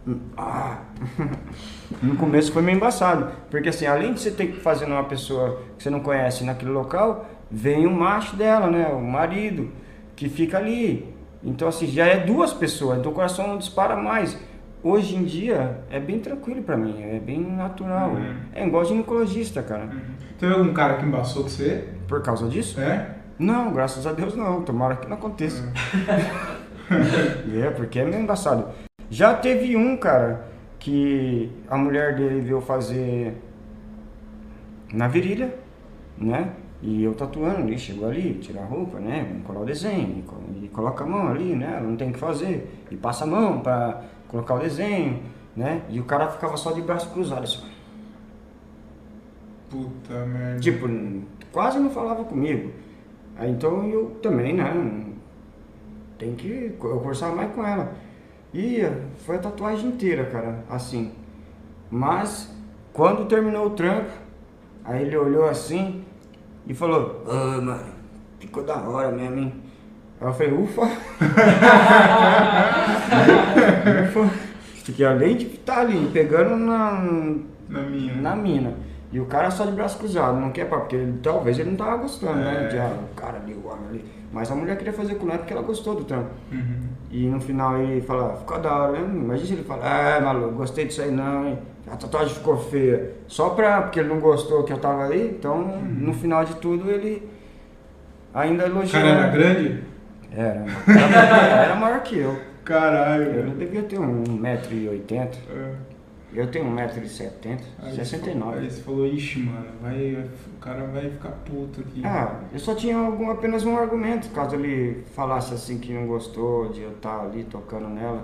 No começo foi meio embaçado, porque assim, além de você ter que fazer numa pessoa que você não conhece naquele local, vem o macho dela, né, o marido, que fica ali. Então assim, já é duas pessoas, então o coração não dispara mais. Hoje em dia é bem tranquilo pra mim, é bem natural. É igual ginecologista, cara. Teve algum cara que embaçou com você? Por causa disso? É? Não, graças a Deus não, tomara que não aconteça. Porque é meio embaçado. Já teve um, cara, que a mulher dele veio fazer na virilha, né? E eu tatuando, ele chegou ali, tira a roupa, né? Vamos colar o desenho, e coloca a mão ali, né? Não tem o que fazer. E passa a mão pra colocar o desenho, né? E o cara ficava só de braço cruzado, assim. Puta merda. Tipo, quase não falava comigo. Aí então eu também, né? Tem que eu conversar mais com ela. E foi a tatuagem inteira, cara, assim. Mas, quando terminou o trampo, aí ele olhou assim e falou: "Ô, mano, ficou da hora mesmo, hein?" Aí eu falei: "Ufa!" Ufa. Porque além de estar ali, pegando na mina. E o cara só de braço cruzado, não quer porque talvez ele não tava gostando, né? O cara ali, o homem ali. Mas a mulher queria fazer com ele porque ela gostou do trampo. E no final ele fala: "Ficou da hora mesmo." Imagina se ele fala: "Maluco, gostei disso aí não, hein? A tatuagem ficou feia." Só porque ele não gostou que eu tava ali, então no final de tudo ele ainda elogiou. O cara era grande? Era maior que eu. Caralho. Eu devia ter 1,80 m. Eu tenho 1,70 m, 69. Aí você falou: "Ixi, mano, o cara vai ficar puto aqui." Eu só tinha apenas um argumento, caso ele falasse assim que não gostou de eu estar ali tocando nela.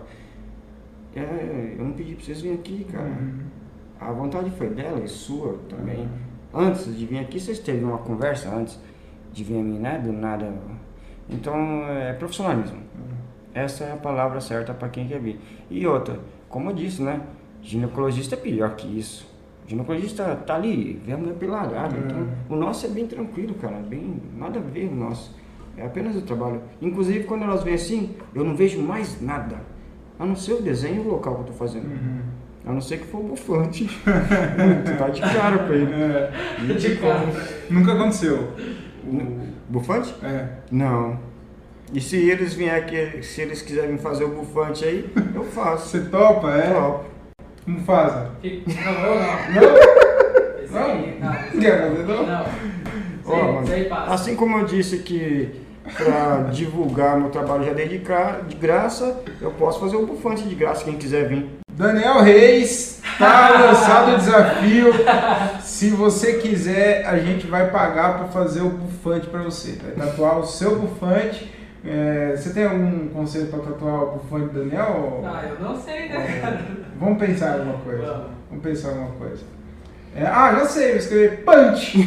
Eu não pedi pra vocês virem aqui, cara. A vontade foi dela e sua também. Antes de vir aqui, vocês teve uma conversa antes de vir a mim, né? Do nada. Então, é profissionalismo. Essa é a palavra certa para quem quer vir. E outra, como eu disse, né? Ginecologista é pior que isso. O ginecologista tá ali, vê a mulher pelada. Então, o nosso é bem tranquilo, cara. Bem, nada a ver o nosso. É apenas o trabalho. Inclusive, quando elas vêm assim, eu não vejo mais nada. A não ser o desenho e o local que eu tô fazendo. A não ser que for o bufante. Tu tá de cara pra ele. De cara. Nunca aconteceu. Bufante? É. Não. E se eles vierem aqui, se eles quiserem fazer o bufante aí, eu faço. Você topa, é? Topo. Mufasa. Não, eu não. Não? Esse aí, não. Quer fazer não? Não. Ó, mano, Isso aí passa. assim como eu disse que para divulgar meu trabalho já dei de graça, eu posso fazer um bufante de graça, quem quiser vir. Daniel Reis, tá lançado o desafio. Se você quiser, a gente vai pagar para fazer o bufante para você. Vai tatuar o seu bufante. Você tem algum conselho para tatuar o bufante do Daniel? Eu não sei, né, cara? Vamos pensar em alguma coisa. Vamos pensar em alguma coisa. Já sei, vou escrever punch.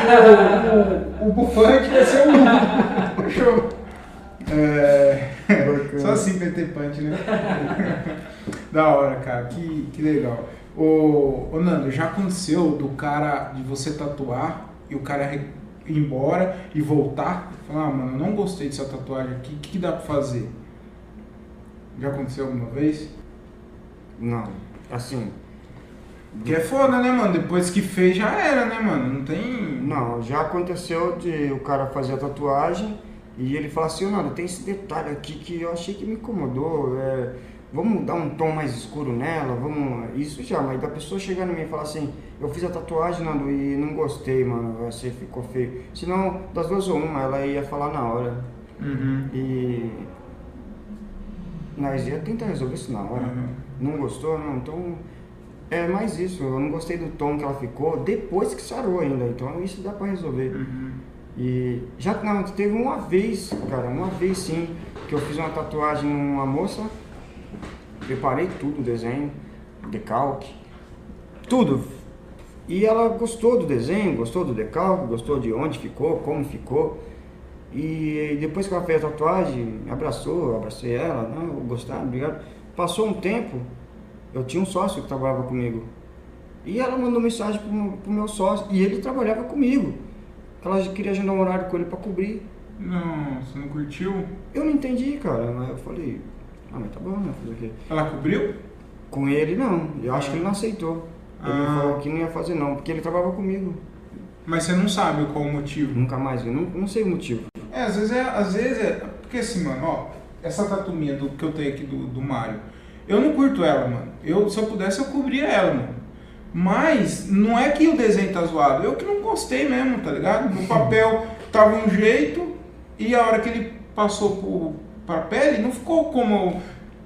O bufante vai ser o show. Só assim PT punch, né? Da hora, cara. Que legal. Ô Nando, já aconteceu do cara, de você tatuar e o cara ir embora e voltar? Falar: mano, eu não gostei dessa tatuagem aqui, o que dá pra fazer? Já aconteceu alguma vez? Não, assim... Que é foda, né, mano? Depois que fez, já era, né, mano? Não tem... Não, já aconteceu de o cara fazer a tatuagem e ele falar assim: "Nada, tem esse detalhe aqui que eu achei que me incomodou. vamos dar um tom mais escuro nela, vamos... Isso já, mas da pessoa chegar em mim e falar assim, eu fiz a tatuagem, Nando, e não gostei, mano, você ficou feio. Senão, das duas ou uma, ela ia falar na hora. E nós ia tentar resolver isso na hora. Não gostou, não, então é mais isso. Eu não gostei do tom que ela ficou depois que sarou ainda, então isso dá pra resolver. E já não, teve uma vez, cara, uma vez sim, que eu fiz uma tatuagem numa moça, preparei tudo, o desenho, decalque, tudo. E ela gostou do desenho, gostou do decalque, gostou de onde ficou, como ficou. E depois que ela fez a tatuagem, abracei ela, não, eu gostava, obrigado. Passou um tempo, eu tinha um sócio que trabalhava comigo. E ela mandou mensagem pro meu sócio, e ele trabalhava comigo. Ela queria agendar um horário com ele pra cobrir. Não, você não curtiu? Eu não entendi, cara, mas eu falei, mas tá bom, né, fazer o quê? Ela cobriu? Com ele não, eu acho que ele não aceitou. Ele falou que não ia fazer não, porque ele trabalhava comigo. Mas você não sabe qual o motivo? Nunca mais vi, não sei o motivo. Às vezes é. Porque assim, mano, ó, essa tatu minha que eu tenho aqui do Mário, eu não curto ela, mano. Se eu pudesse, eu cobria ela, mano. Mas não é que o desenho tá zoado, eu que não gostei mesmo, tá ligado? No papel tava um jeito e a hora que ele passou pra pele, não ficou como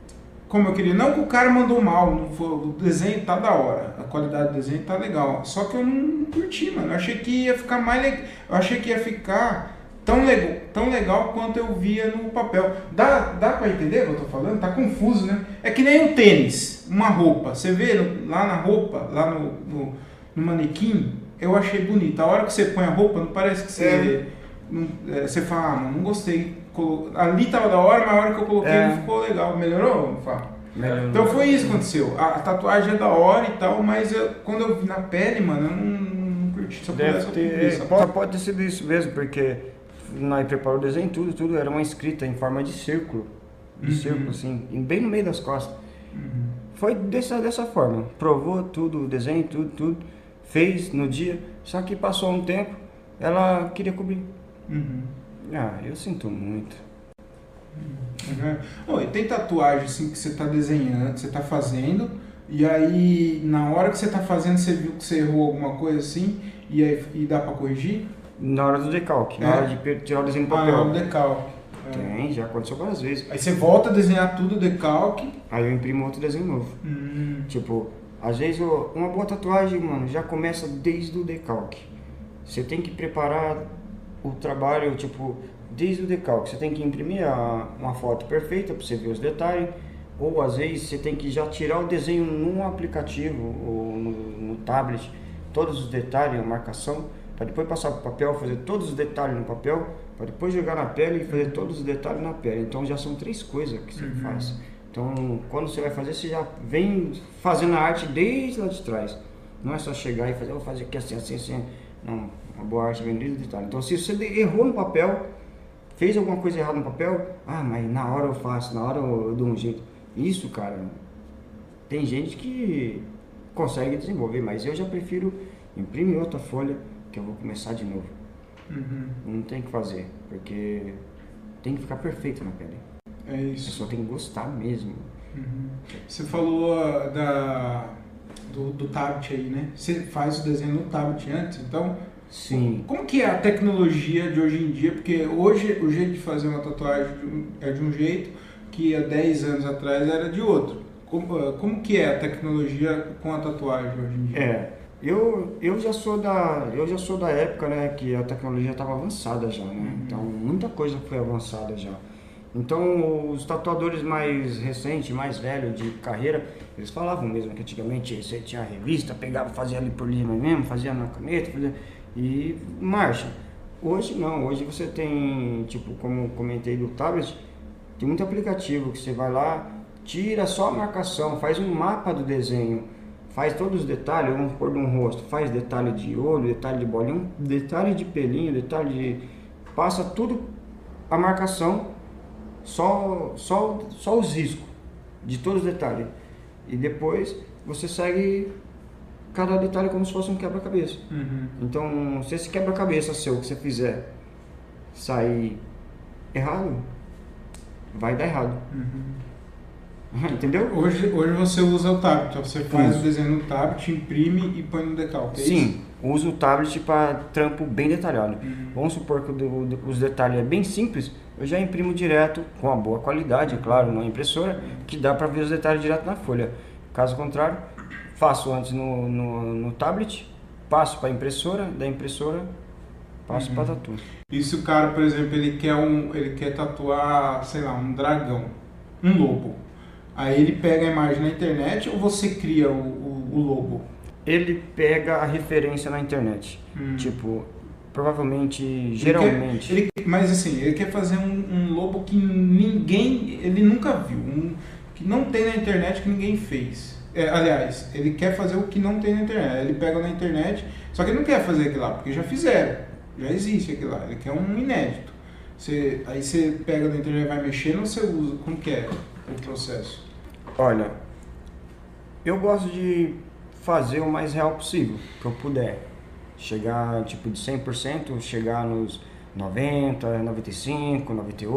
eu queria. Não que o cara mandou mal, não foi, o desenho tá da hora, a qualidade do desenho tá legal. Só que eu não curti, mano. Eu achei que ia ficar mais legal. Eu achei que ia ficar tão legal quanto eu via no papel. Dá pra entender o que eu tô falando? Tá confuso, né? É que nem um tênis, uma roupa. Você vê lá na roupa, lá no manequim, eu achei bonito. A hora que você põe a roupa, não parece que você... você fala, mano, não gostei. Ali tava da hora, mas a hora que eu coloquei não ficou legal. Melhorou, Fábio? Então foi isso que aconteceu. A tatuagem é da hora e tal, mas quando eu vi na pele, mano, eu não curti. Pode ter sido isso mesmo, porque nós preparamos o desenho, tudo era uma escrita em forma de círculo. Círculo, assim, bem no meio das costas. Foi dessa forma. Provou tudo, o desenho, tudo. Fez no dia, só que passou um tempo, ela queria cobrir. Eu sinto muito. E tem tatuagem assim que você tá desenhando, que você tá fazendo, e aí na hora que você tá fazendo você viu que você errou alguma coisa assim, e dá pra corrigir? Na hora do decalque, na hora de tirar o desenho do papel. Na hora do decalque. Tem, já aconteceu várias vezes. Aí você volta a desenhar tudo, decalque. Aí eu imprimo outro desenho novo. Tipo, às vezes uma boa tatuagem, mano, já começa desde o decalque. Você tem que preparar o trabalho, tipo, desde o decalque. Você tem que imprimir uma foto perfeita para você ver os detalhes. Ou às vezes você tem que já tirar o desenho num aplicativo ou no tablet, todos os detalhes, a marcação, para depois passar para o papel, fazer todos os detalhes no papel, para depois jogar na pele e fazer todos os detalhes na pele. Então já são 3 coisas que você faz. Então quando você vai fazer, você já vem fazendo a arte desde lá de trás. Não é só chegar e fazer, vou fazer aqui assim. Não, uma boa arte vem desde o detalhe. Então se você errou no papel, fez alguma coisa errada no papel, mas na hora eu faço, na hora eu dou um jeito. Isso, cara, tem gente que consegue desenvolver, mas eu já prefiro imprimir outra folha, que eu vou começar de novo. Não tem o que fazer, porque tem que ficar perfeito na pele. É isso. A pessoa tem que gostar mesmo. Você falou do tablet aí, né? Você faz o desenho no tablet antes, então... Sim. Como que é a tecnologia de hoje em dia? Porque hoje o jeito de fazer uma tatuagem é de um jeito, que há 10 anos atrás era de outro. Como que é a tecnologia com a tatuagem hoje em dia? Eu já sou da época, né, que a tecnologia estava avançada já, né? Então muita coisa foi avançada já. Então os tatuadores mais recentes, mais velhos de carreira, eles falavam mesmo que antigamente você tinha a revista, pegava, fazia ali por lima mesmo, fazia na caneta, e marcha. Hoje não, hoje você tem, tipo, como comentei do tablet, tem muito aplicativo que você vai lá, tira só a marcação, faz um mapa do desenho, faz todos os detalhes, vamos pôr de um rosto, faz detalhe de olho, detalhe de bolinho, detalhe de pelinho, detalhe de... passa tudo a marcação, só os riscos de todos os detalhes. E depois você segue cada detalhe como se fosse um quebra-cabeça. Então, se esse quebra-cabeça seu que você fizer sair errado, vai dar errado. Entendeu? Hoje você usa o tablet, então você faz Isso. o desenho no tablet, imprime e põe no decalque, é isso? Sim, uso o tablet para trampo bem detalhado. Vamos supor que os detalhes é bem simples, eu já imprimo direto, com uma boa qualidade, é claro, na impressora, que dá para ver os detalhes direto na folha. Caso contrário, faço antes no tablet, passo para a impressora, da impressora passo para tatu. E se o cara, por exemplo, ele quer tatuar, sei lá, um dragão, um lobo, aí ele pega a imagem na internet ou você cria o lobo? Ele pega a referência na internet, tipo, provavelmente, geralmente... Mas assim, ele quer fazer um lobo que ele nunca viu, que não tem na internet, que ninguém fez. Aliás, ele quer fazer o que não tem na internet. Ele pega na internet, só que ele não quer fazer aquilo lá, porque já fizeram, já existe aquilo lá. Ele quer um inédito. Aí você pega na internet e vai mexendo ou você usa? Como que é o processo? Olha, eu gosto de fazer o mais real possível, que eu puder. Chegar tipo de 100%, chegar nos 90, 95,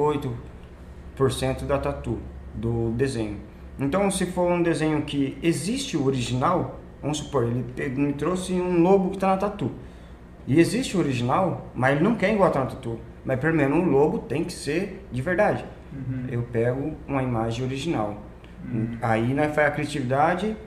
98% da tatu, do desenho. Então, se for um desenho que existe o original, vamos supor, ele me trouxe um lobo que está na tatu. E existe o original, mas ele não quer igual tá na tatu. Mas pelo menos um lobo tem que ser de verdade. Eu pego uma imagem original. Aí nós faz a criatividade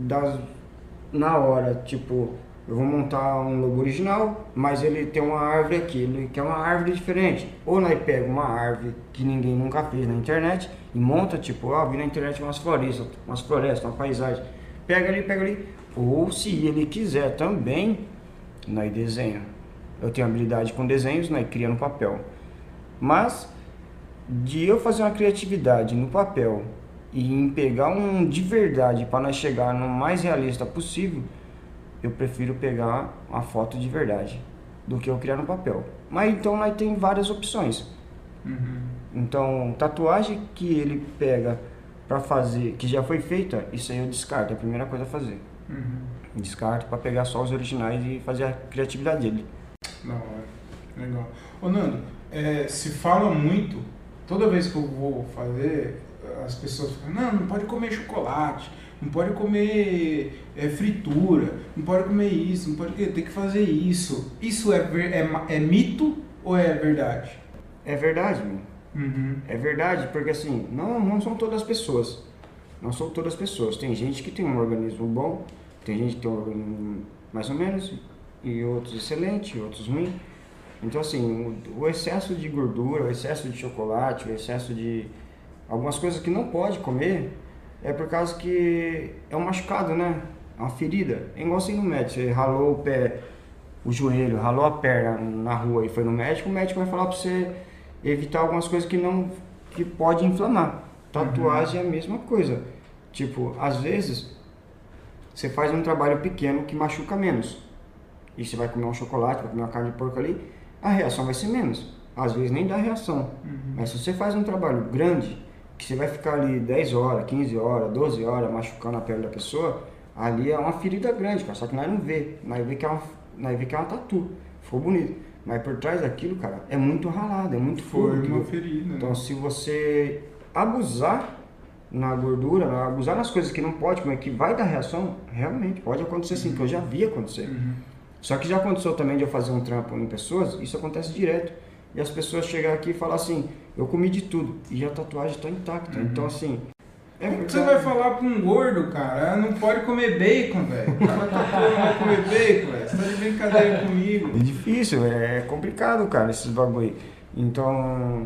na hora, tipo, eu vou montar um lobo original, mas ele tem uma árvore aqui, ele quer uma árvore diferente. Ou nós pega uma árvore que ninguém nunca fez na internet e monta, tipo, vi na internet umas florestas, uma paisagem. Pega ali. Ou se ele quiser também, nós desenha. Eu tenho habilidade com desenhos, nós cria no papel. Mas, de eu fazer uma criatividade no papel e em pegar um de verdade para nós chegar no mais realista possível, eu prefiro pegar uma foto de verdade do que eu criar no papel. Mas então nós tem várias opções. Então, tatuagem que ele pega para fazer, que já foi feita, isso aí eu descarto, é a primeira coisa a fazer. Descarto para pegar só os originais e fazer a criatividade dele. Da hora, legal. Ô Nando, se fala muito, toda vez que eu vou fazer, as pessoas falam, não pode comer chocolate, não pode comer fritura, não pode comer isso, não pode tem que fazer isso. Isso é mito ou é verdade? É verdade, meu. É verdade, porque assim, não são todas as pessoas. Não são todas as pessoas. Tem gente que tem um organismo bom, tem gente que tem um organismo mais ou menos, e outros excelente, outros ruim. Então assim, o excesso de gordura, o excesso de chocolate, o excesso de algumas coisas que não pode comer, é por causa que é um machucado, né? É uma ferida. É igual assim no médico, você ralou o pé, o joelho, ralou a perna na rua e foi no médico, o médico vai falar pra você evitar algumas coisas que pode inflamar. Tatuagem é a mesma coisa. Tipo, às vezes você faz um trabalho pequeno que machuca menos. E você vai comer um chocolate, vai comer uma carne de porco ali, a reação vai ser menos. Às vezes nem dá reação. Mas se você faz um trabalho grande, que você vai ficar ali 10 horas, 15 horas, 12 horas machucando a pele da pessoa, ali é uma ferida grande, cara. Só que nós não vê. Nós vê que é uma tatu. Ficou bonito. Mas por trás daquilo, cara, é muito ralado, é muito Foi forte. uma ferida. Então, se você abusar na gordura, abusar nas coisas que não pode comer, que vai dar reação, realmente pode acontecer sim, que eu já vi acontecer. Só que já aconteceu também de eu fazer um trampo em pessoas, isso acontece direto. E as pessoas chegam aqui e falam assim, eu comi de tudo, e a tatuagem está intacta. Então, assim... Como que você vai falar pra um gordo, cara? Não pode comer bacon, velho. O cara não vai comer bacon, velho. Você tá de brincadeira comigo. É difícil, é complicado, cara, esses bagulho aí. Então,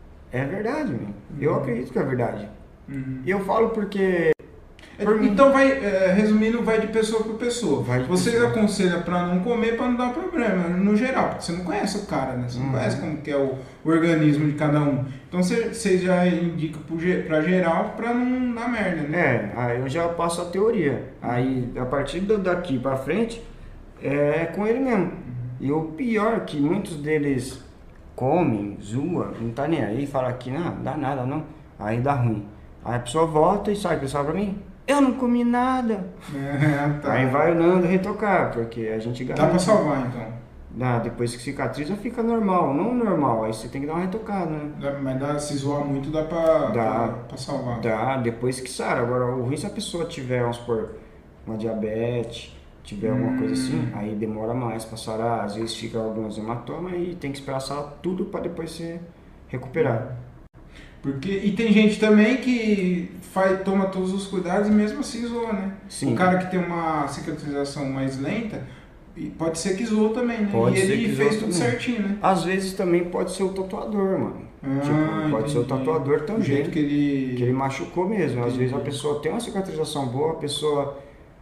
é verdade, meu. Eu acredito que é verdade. E eu falo porque... Então, resumindo, vai de pessoa para pessoa. Vocês pessoa. aconselham para não comer para não dar problema, no geral, porque você não conhece o cara, né? Você não conhece como que é o organismo de cada um. Então, você já indica para geral para não dar merda, né? Aí eu já passo a teoria. Aí, a partir daqui para frente, é com ele mesmo. E o pior é que muitos deles comem, zoam, não tá nem aí, fala que não dá nada, não. Aí dá ruim. Aí a pessoa volta e sai, pessoal, pra mim, eu não comi nada. Tá. Aí vai o Nando retocar, porque a gente Dá pra salvar, então. Depois que cicatriza fica normal, não normal, aí você tem que dar uma retocada, né? Mas se zoar muito dá pra salvar. Dá, depois que sara. Agora, o ruim se a pessoa tiver, vamos supor, uma diabetes, tiver alguma coisa assim, aí demora mais pra sarar, às vezes fica alguns hematomas e tem que esperar sarar tudo pra depois se recuperar. E tem gente também que toma todos os cuidados e mesmo assim zoa, né? Sim. O cara que tem uma cicatrização mais lenta, pode ser que zoou também, né? Pode e ser ele que fez zoou tudo também. certinho, né? Às vezes também pode ser o tatuador, mano. Pode ser o tatuador também. O jeito que ele machucou mesmo. Às vezes a pessoa tem uma cicatrização boa, a pessoa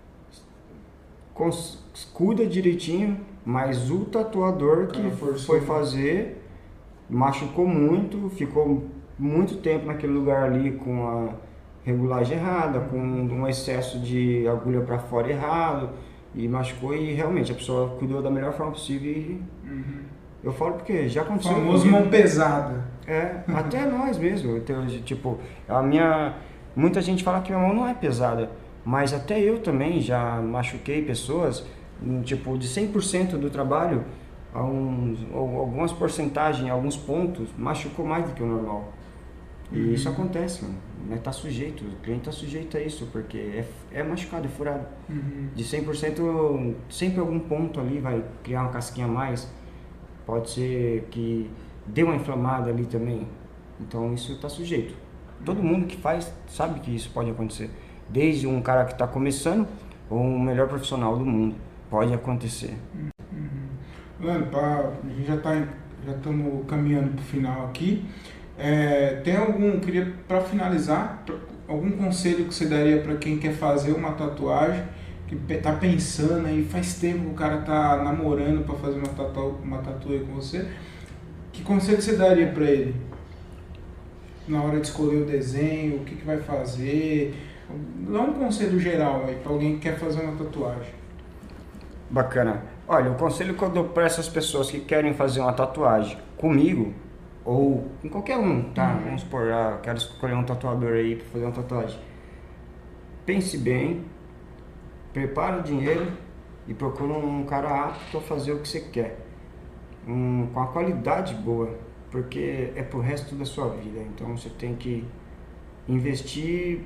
cuida direitinho, mas o tatuador que foi fazer machucou muito, ficou muito tempo naquele lugar ali com a regulagem errada, com um excesso de agulha para fora errado e machucou, e realmente a pessoa cuidou da melhor forma possível e eu falo porque já aconteceu. O famoso mão pesada. Até nós mesmo. Então, tipo, muita gente fala que minha mão não é pesada, mas até eu também já machuquei pessoas, tipo, de 100% do trabalho, algumas porcentagens, alguns pontos, machucou mais do que o normal. E isso acontece, mano. Tá sujeito, o cliente tá sujeito a isso, porque é machucado, é furado. De 100%, sempre algum ponto ali vai criar uma casquinha a mais. Pode ser que dê uma inflamada ali também. Então isso tá sujeito. Todo mundo que faz sabe que isso pode acontecer. Desde um cara que está começando ou um melhor profissional do mundo. Pode acontecer. Mano, a gente já estamos caminhando para o final aqui. Queria para finalizar, algum conselho que você daria para quem quer fazer uma tatuagem, que tá pensando aí, faz tempo que o cara tá namorando para fazer uma tatuagem com você? Que conselho você daria para ele? Na hora de escolher o desenho, o que vai fazer? Dá um conselho geral aí para alguém que quer fazer uma tatuagem. Bacana. Olha, o conselho que eu dou para essas pessoas que querem fazer uma tatuagem comigo, ou com qualquer um, tá? Vamos supor, quero escolher um tatuador aí para fazer uma tatuagem. Pense bem, prepara o dinheiro e procura um cara apto a fazer o que você quer. Com a qualidade boa, porque é pro resto da sua vida. Então você tem que investir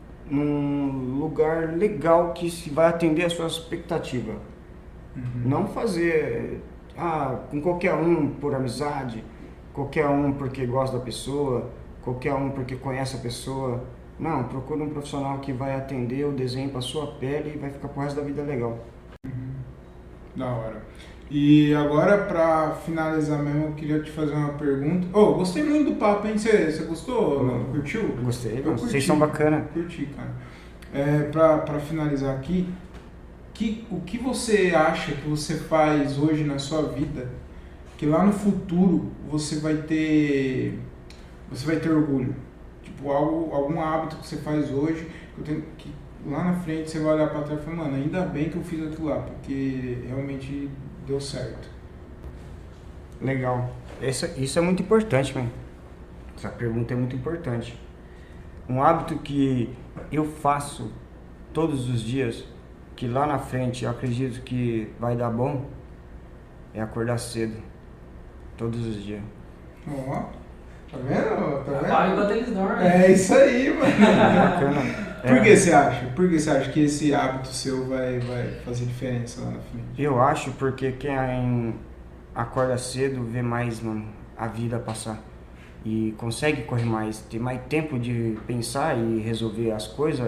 num lugar legal que vai atender a sua expectativa. Não fazer com qualquer um por amizade, qualquer um porque gosta da pessoa, qualquer um porque conhece a pessoa. Não, procura um profissional que vai atender o desenho para sua pele e vai ficar pro resto da vida legal. Da hora. E agora, para finalizar mesmo, eu queria te fazer uma pergunta. Gostei muito do papo, hein? Você gostou? Curtiu? Gostei, vocês são bacana. Curti, cara. Para finalizar aqui, o que você acha que você faz hoje na sua vida que lá no futuro você vai ter orgulho? Tipo, algum hábito que você faz hoje que lá na frente você vai olhar para trás e falar, mano, ainda bem que eu fiz aquilo lá, porque realmente deu certo. Legal. Isso é muito importante, mano. Essa pergunta é muito importante. Um hábito que eu faço todos os dias, que lá na frente eu acredito que vai dar bom, é acordar cedo. Todos os dias. Ó, tá vendo? Apaga enquanto eles dormem. É isso aí, mano. Bacana. Por que você acha? Por que você acha que esse hábito seu vai fazer diferença lá na frente? Eu acho porque quem acorda cedo vê mais, mano, a vida passar. E consegue correr mais, tem mais tempo de pensar e resolver as coisas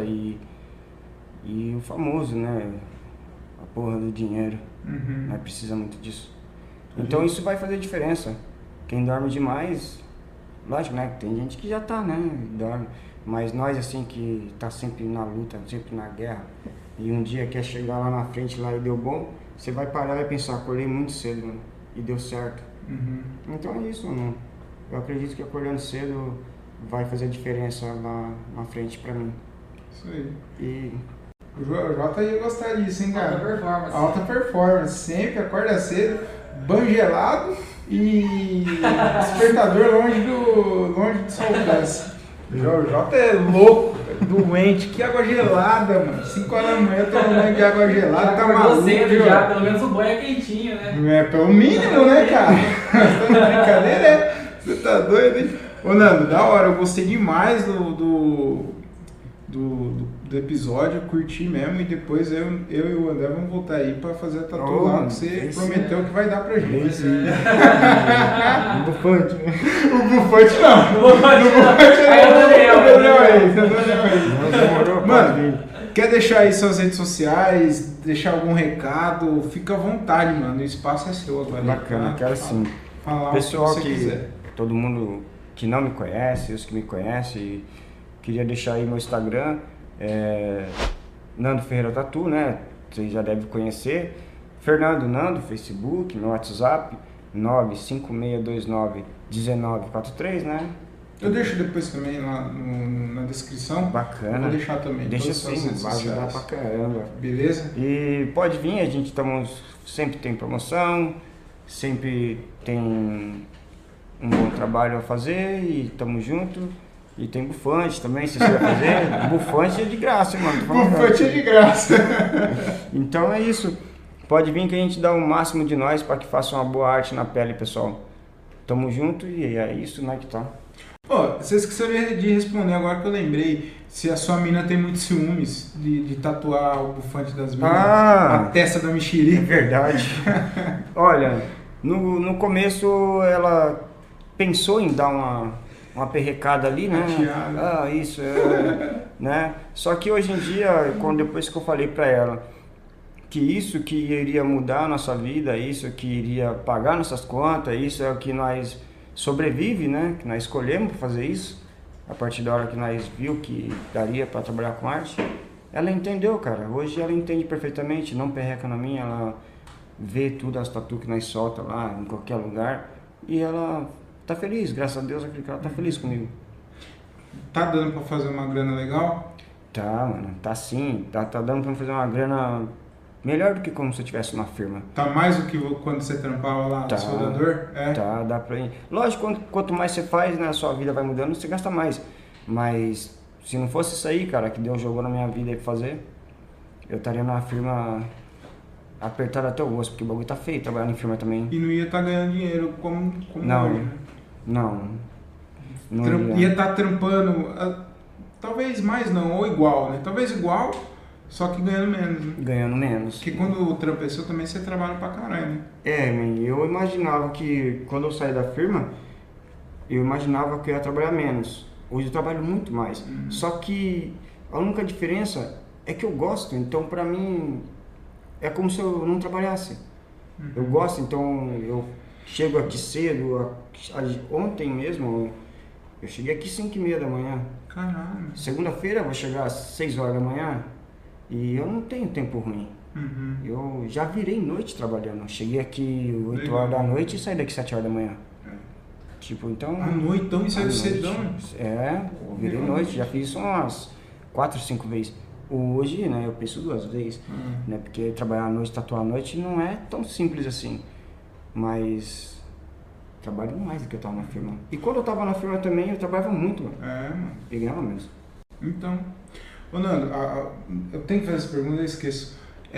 e o famoso, né? A porra do dinheiro. Não precisa muito disso. Então isso vai fazer diferença. Quem dorme demais, lógico, né? Tem gente que já tá, né? Dorme. Mas nós, assim, que tá sempre na luta, sempre na guerra, e um dia quer chegar lá na frente lá e deu bom, você vai parar e pensar, acordei muito cedo, mano, e deu certo. Então é isso, mano. Eu acredito que acordando cedo vai fazer diferença lá na frente pra mim. Isso aí. E o Jota ia gostar disso, hein, cara? Alta performance. Alta performance. Sempre acorda cedo, banho gelado e despertador longe do seu alcance. O Jota é louco. Doente, que água gelada, mano. 5 horas da manhã tomando banho de água gelada, tá Acordou maluco. cedo viu? já, pelo menos o banho é quentinho, né? É, pelo mínimo, né, cara? Tá de brincadeira, é? Você tá doido, hein? Ô, Nando, da hora, eu gostei demais do episódio, eu curti mesmo, e depois eu e o André vamos voltar aí pra fazer a tatu lá, que você prometeu que vai dar pra gente. O bufante, né? O bufante não. O bufante não. Aí o Daniel aí. Demorou, Mano, quer deixar aí suas redes sociais, deixar algum recado? Fica à vontade, mano, o espaço é seu agora. Bacana, tá? quero sim. Falar Pessoal o que você quiser. todo mundo que não me conhece, os que me conhecem, queria deixar aí meu Instagram, Nando Ferreira Tatu, né? Vocês já devem conhecer. Fernando Nando, Facebook, no WhatsApp, 956291943, né? Eu deixo depois também lá na descrição. Bacana. Eu vou deixar também. Deixa todas as sim, redes vai ajudar pra sociais. caramba. Beleza? E pode vir, a gente sempre tem promoção, sempre tem um bom trabalho a fazer e tamo junto. E tem bufante também, se você vai fazer. Bufante é de graça, mano. Tô falando Bufante é de graça. Então é isso. Pode vir que a gente dá o máximo de nós para que faça uma boa arte na pele, pessoal. Tamo junto e é isso, né, que tá. Ó, você esqueceu de responder agora que eu lembrei. Se a sua mina tem muitos ciúmes de tatuar o bufante das minas, a testa da É mexerica. verdade. Olha, no começo ela pensou em dar uma perrecada ali, né? Chateada. Isso, né? Só que hoje em dia, depois que eu falei pra ela que isso que iria mudar a nossa vida, isso que iria pagar nossas contas, isso é o que nós sobrevive, né? Que nós escolhemos pra fazer isso, a partir da hora que nós viu que daria pra trabalhar com arte, ela entendeu, cara. Hoje ela entende perfeitamente, não perreca na minha, ela vê tudo as tatu que nós solta lá, em qualquer lugar, e ela tá feliz, graças a Deus, acredito que ela tá feliz comigo. Tá dando pra fazer uma grana legal? Tá, mano, tá sim, tá dando pra fazer uma grana melhor do que como se eu tivesse uma firma. Tá mais do que quando você trampava lá no soldador? Tá, dá pra ir. Lógico, quanto mais você faz, né, a sua vida vai mudando, você gasta mais. Mas se não fosse isso aí, cara, que Deus jogou na minha vida aí pra fazer, eu estaria numa firma apertada até o osso, porque o bagulho tá feio trabalhar em firma também. E não ia estar ganhando dinheiro como Não, hoje, né? não Ia estar trampando, talvez mais não, ou igual, né? Talvez igual, só que ganhando menos, né? ganhando menos. Porque quando o trampo é seu também você trabalha pra caralho, né? Eu imaginava que quando eu saí da firma, eu imaginava que eu ia trabalhar menos. Hoje eu trabalho muito mais. Só que a única diferença é que eu gosto, então pra mim é como se eu não trabalhasse. Eu gosto, então eu chego aqui cedo. Ontem mesmo eu cheguei aqui 5h30 da manhã. Caralho. Segunda-feira eu vou chegar às 6 horas da manhã e eu não tenho tempo ruim. Eu já virei noite trabalhando. Cheguei aqui 8 horas da noite e saí daqui 7 horas da manhã. Tipo, então... À noite, então, isso é cedão? Virei noite, já fiz isso umas 4, 5 vezes. Hoje, né, eu penso 2 vezes, né, porque trabalhar à noite, tatuar à noite não é tão simples assim. Mas trabalho mais do que eu tava na firma. E quando eu tava na firma também, eu trabalhava muito, mano. Mano. E ganhava mesmo. Então, ô Nando, eu tenho que fazer essa pergunta, eu esqueço.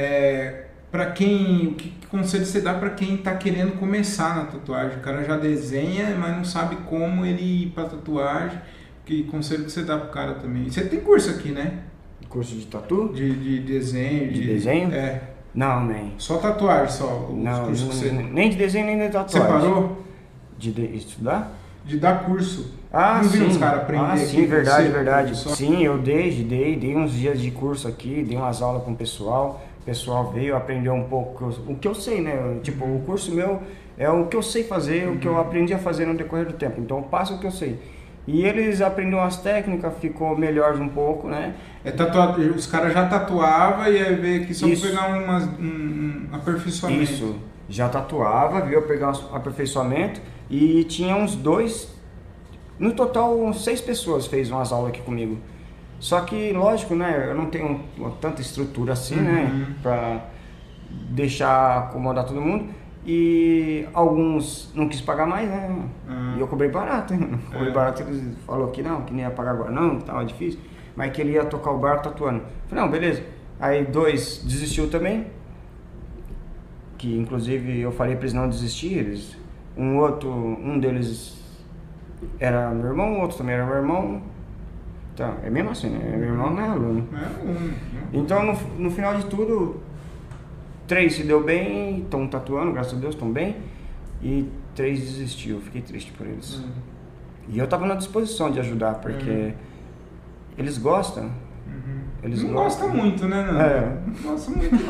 Que conselho você dá pra quem tá querendo começar na tatuagem? O cara já desenha, mas não sabe como ele ir pra tatuagem. Que conselho que você dá pro cara também? Você tem curso aqui, né? Curso de tatu? De desenho. De desenho? Não, nem. Só tatuagem, só. Não, nem de desenho, nem de tatuagem. Você parou? De estudar? De dar curso. Ah, não sim. viu os caras aprender aqui? Sim, verdade, verdade. Só... Sim, eu dei uns dias de curso aqui, dei umas aulas com o pessoal. O pessoal veio, aprendeu um pouco o que eu sei, né? Tipo, o curso meu é o que eu sei fazer, o que eu aprendi a fazer no decorrer do tempo. Então eu passo o que eu sei. E eles aprenderam as técnicas, ficou melhor um pouco, né? Os caras já tatuavam e aí veio aqui só Isso. pra pegar um aperfeiçoamento. Isso, já tatuava, veio pegar um aperfeiçoamento e tinha uns 2, no total uns 6 pessoas fez umas aulas aqui comigo. Só que, lógico, né, eu não tenho tanta estrutura assim, né, pra deixar acomodar todo mundo. E alguns não quis pagar mais, né, e eu cobrei barato, hein? Cobrei barato, eles falaram que não ia pagar agora não, que tava difícil. mas que ele ia tocar o barco tatuando. Falei, não, beleza. Aí 2 desistiu também, que inclusive eu falei pra eles não desistirem. Um deles era meu irmão, o outro também era meu irmão. Então, é mesmo assim, né? Meu irmão não é aluno. É aluno. Então, no final de tudo, 3 se deu bem, estão tatuando, graças a Deus, estão bem. E 3 desistiu, fiquei triste por eles. E eu tava na disposição de ajudar, porque eles gostam. Eles não gostam. gosta muito, né, Nando? É. Não gosta muito, não.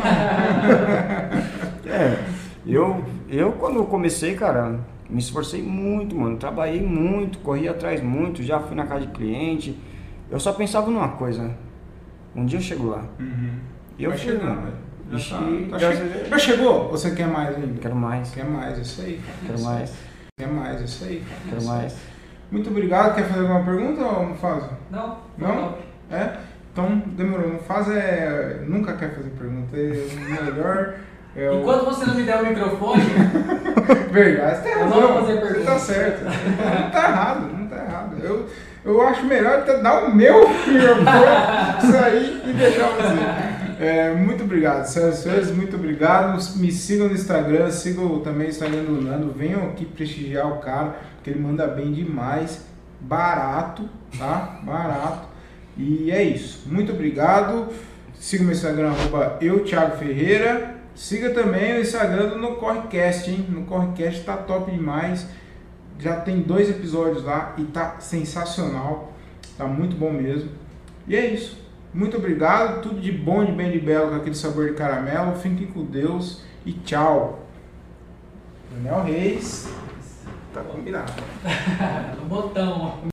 Eu quando eu comecei, cara, me esforcei muito, mano. Trabalhei muito, corri atrás muito, já fui na casa de cliente. Eu só pensava numa coisa, um dia eu chego lá. E eu Vai fui, chegar, mano. velho. Já chegou? Ou você quer mais ainda? Quero mais. Quer mais, isso aí. Quero mais. Quer mais, isso aí. Quero mais. Muito obrigado. Quer fazer alguma pergunta, Mufasa? Não. Não? É? Então, demorou. Mufasa nunca quer fazer pergunta. É o melhor... Enquanto você não me der o microfone... Verdade, você tem razão. Eu não vou fazer pergunta. Você tá certo. Não tá errado, não tá errado. Eu acho melhor dar o meu microfone, sair e deixar você. Muito obrigado, senhoras e senhores, muito obrigado. Me sigam no Instagram, sigam também o Instagram do Nando. Venham aqui prestigiar o cara, porque ele manda bem demais. Barato, tá? Barato. E é isso. Muito obrigado. Siga o meu Instagram, @Thiago Ferreira. Siga também o Instagram do No Correcast, hein? No Correcast tá top demais. Já tem 2 episódios lá e tá sensacional. Tá muito bom mesmo. E é isso. Muito obrigado. Tudo de bom, de bem, de belo, com aquele sabor de caramelo. Fiquem com Deus e tchau. Daniel Reis. Tá combinado. O botão, ó.